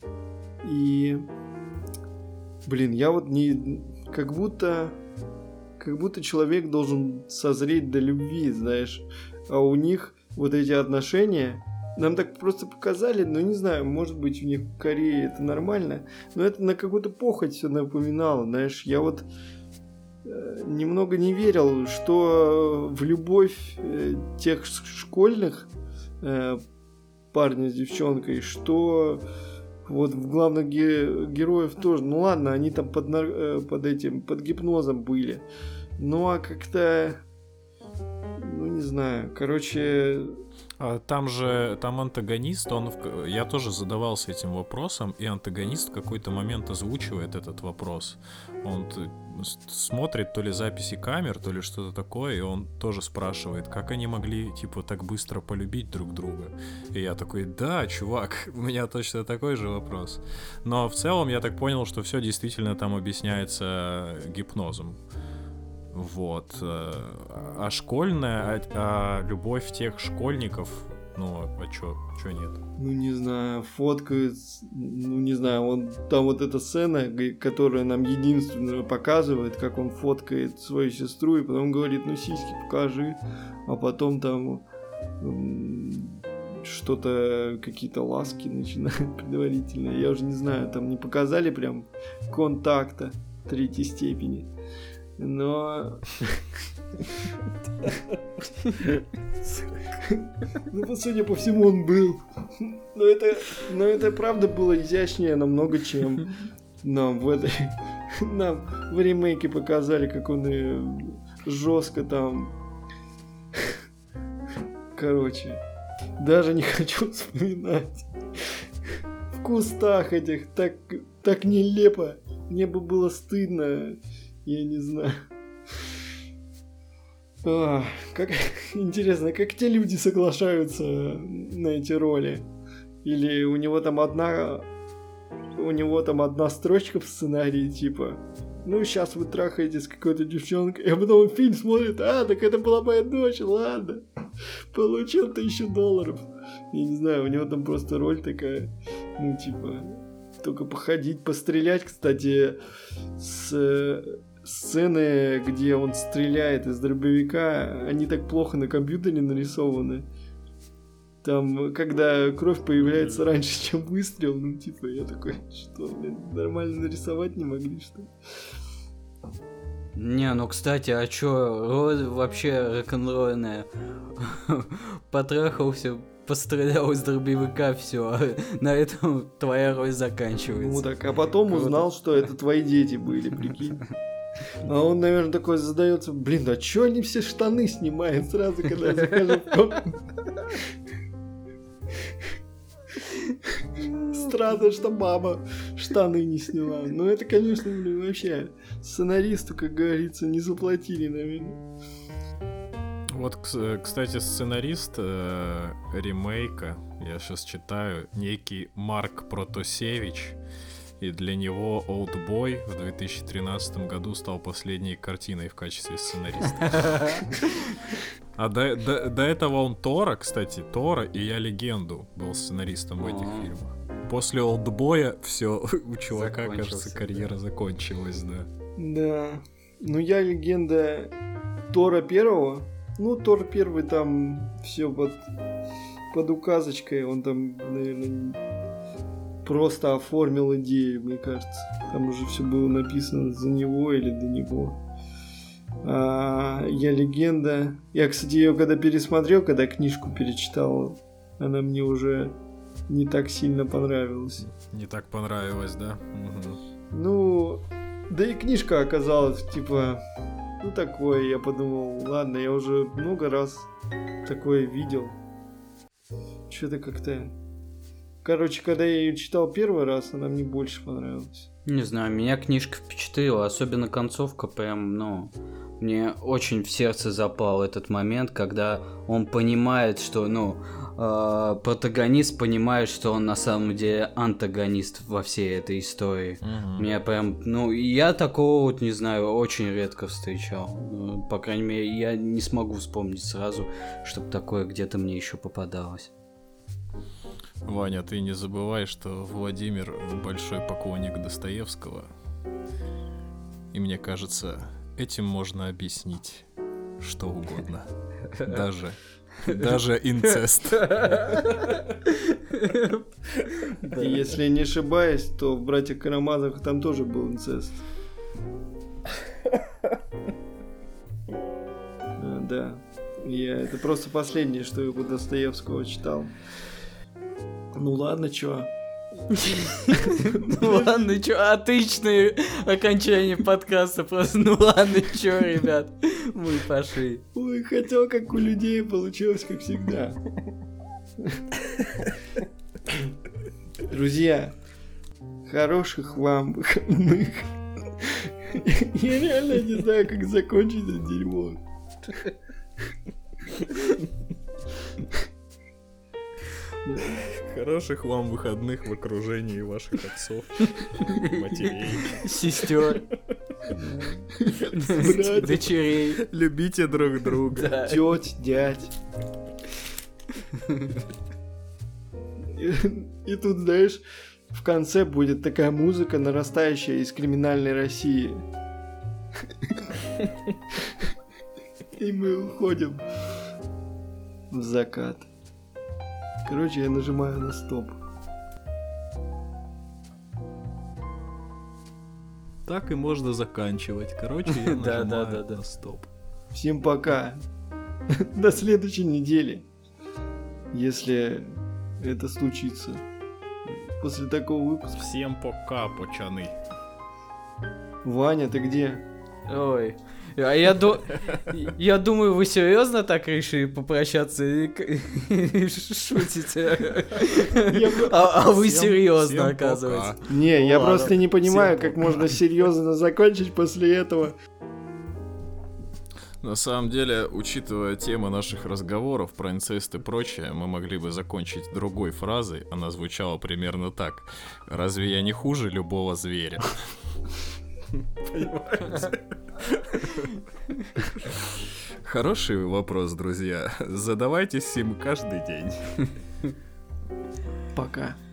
S2: и, блин, я вот не, как будто, как будто человек должен созреть до любви, знаешь, а у них вот эти отношения, нам так просто показали, но не знаю, может быть у них в Корее это нормально, но это на какую-то похоть все напоминало, знаешь, я вот э, немного не верил, что в любовь э, тех школьных э, парня с девчонкой, что вот в главных ге- героев тоже, ну ладно, они там под, нар- э, под этим, под гипнозом были, ну а как-то, ну не знаю, короче...
S4: А там же, там антагонист, он, в- я тоже задавался этим вопросом, и антагонист в какой-то момент озвучивает этот вопрос. Он т- с- смотрит то ли записи камер, то ли что-то такое, и он тоже спрашивает, как они могли, типа, так быстро полюбить друг друга. И я такой, да, чувак, у меня точно такой же вопрос. Но в целом я так понял, что все действительно там объясняется гипнозом. Вот. А школьная, а, а любовь тех школьников, ну, а чё, чё нет?
S2: Ну, не знаю, фоткает, ну, не знаю, он, там вот эта сцена, г- которая нам единственную показывает, как он фоткает свою сестру, и потом говорит, ну, сиськи покажи, а потом там м, что-то, какие-то ласки начинают предварительные, я уже не знаю, там не показали прям контакта третьей степени, но... Ну, судя по всему, он был. Но это, но это правда было изящнее намного, чем нам в этой... Нам в ремейке показали, как он и жестко там. Короче, даже не хочу вспоминать. В кустах этих так, так нелепо. Мне бы было стыдно. Я не знаю. А, как интересно, как те люди соглашаются на эти роли? Или у него там одна... У него там одна строчка в сценарии, типа... Ну, сейчас вы трахаетесь с какой-то девчонкой, а потом фильм смотрит, а, так это была моя дочь, ладно. Получил тысячу долларов. Я не знаю, у него там просто роль такая, ну, типа, только походить, пострелять, кстати, с... Сцены, где он стреляет из дробовика, они так плохо на компьютере нарисованы. Там, когда кровь появляется раньше, чем выстрел, ну, типа, я такой, что, блин, нормально нарисовать не могли, что ли?
S3: Не, ну, кстати, а чё, роль вообще рок-н-ролльная. Потрахался, пострелял из дробовика, все, на этом твоя роль заканчивается.
S2: Ну, так, а потом Круто. Узнал, что это твои дети были, прикинь. А он, наверное, такой задается, блин, а чё они все штаны снимают сразу, когда я захожу в комнату? Странно, что мама штаны не сняла. Ну, это, конечно, блин, вообще сценаристу, как говорится, не заплатили, наверное.
S4: Вот, кстати, сценарист э, ремейка, я сейчас читаю, некий Марк Протасевич. И для него «Олдбой» в две тысячи тринадцатом году стал последней картиной в качестве сценариста. А до, до, до этого он Тора, кстати, Тора и «Я легенду» был сценаристом в этих фильмах. После «Олдбоя» все, у чувака, кажется, карьера закончилась, да.
S2: Да. Ну, «Я легенда» Тора первого. Ну, Тор первый там все под, под указочкой. Он там, наверное... просто оформил идею, мне кажется. Там уже все было написано за него или до него. А, «Я легенда». Я, кстати, ее когда пересмотрел, когда книжку перечитал, она мне уже не так сильно понравилась.
S4: Не так понравилось, да? Угу.
S2: Ну, да и книжка оказалась, типа, ну такое. Я подумал, ладно, я уже много раз такое видел. Что-то как-то... Короче, когда я ее читал первый раз, она мне больше понравилась.
S3: Не знаю, меня книжка впечатлила, особенно концовка прям, ну, мне очень в сердце запал этот момент, когда он понимает, что, ну, э, протагонист понимает, что он на самом деле антагонист во всей этой истории. Uh-huh. Меня прям, ну, я такого вот, не знаю, очень редко встречал. Ну, по крайней мере, я не смогу вспомнить сразу, чтобы такое где-то мне еще попадалось.
S4: Ваня, ты не забывай, что Владимир большой поклонник Достоевского. И мне кажется, этим можно объяснить что угодно. Даже, даже инцест.
S2: И если не ошибаюсь, то в «Братьях Карамазовых» там тоже был инцест. Да. Я, это просто последнее, что я у Достоевского читал. Ну ладно, чё?
S3: Ну ладно, чё, отличное окончание подкаста. Просто ну ладно, чё, ребят, мы пошли.
S2: Ой, хотел, как у людей, получилось, как всегда. Друзья, хороших вам выходных. Я реально не знаю, как закончить это дерьмо.
S4: Хороших вам выходных в окружении ваших отцов, матерей,
S3: сестер, дочерей.
S4: Любите друг друга.
S2: Да. Тёть, дядь. И, и тут, знаешь, в конце будет такая музыка, нарастающая из криминальной России. И мы уходим в закат. Короче, я нажимаю на стоп.
S4: Так и можно заканчивать. Короче, я нажимаю на стоп.
S2: Всем пока. До следующей недели. Если это случится. После такого выпуска.
S4: Всем пока, пацаны.
S2: Ваня, ты где?
S3: Ой. А я, ду... я думаю, вы серьезно так решили попрощаться? Или шутите? А, а вы
S4: Всем-
S3: серьезно,
S4: всем
S3: оказывается.
S4: пока.
S2: Не,
S3: Ну
S2: я
S3: ладно.
S2: просто не понимаю,
S3: Всем
S2: как можно серьезно закончить после этого.
S4: На самом деле, учитывая темы наших разговоров про инцест и прочее, мы могли бы закончить другой фразой. Она звучала примерно так. Разве я не хуже любого зверя? Понимаете? Хороший вопрос, друзья. Задавайтесь им каждый день.
S2: Пока.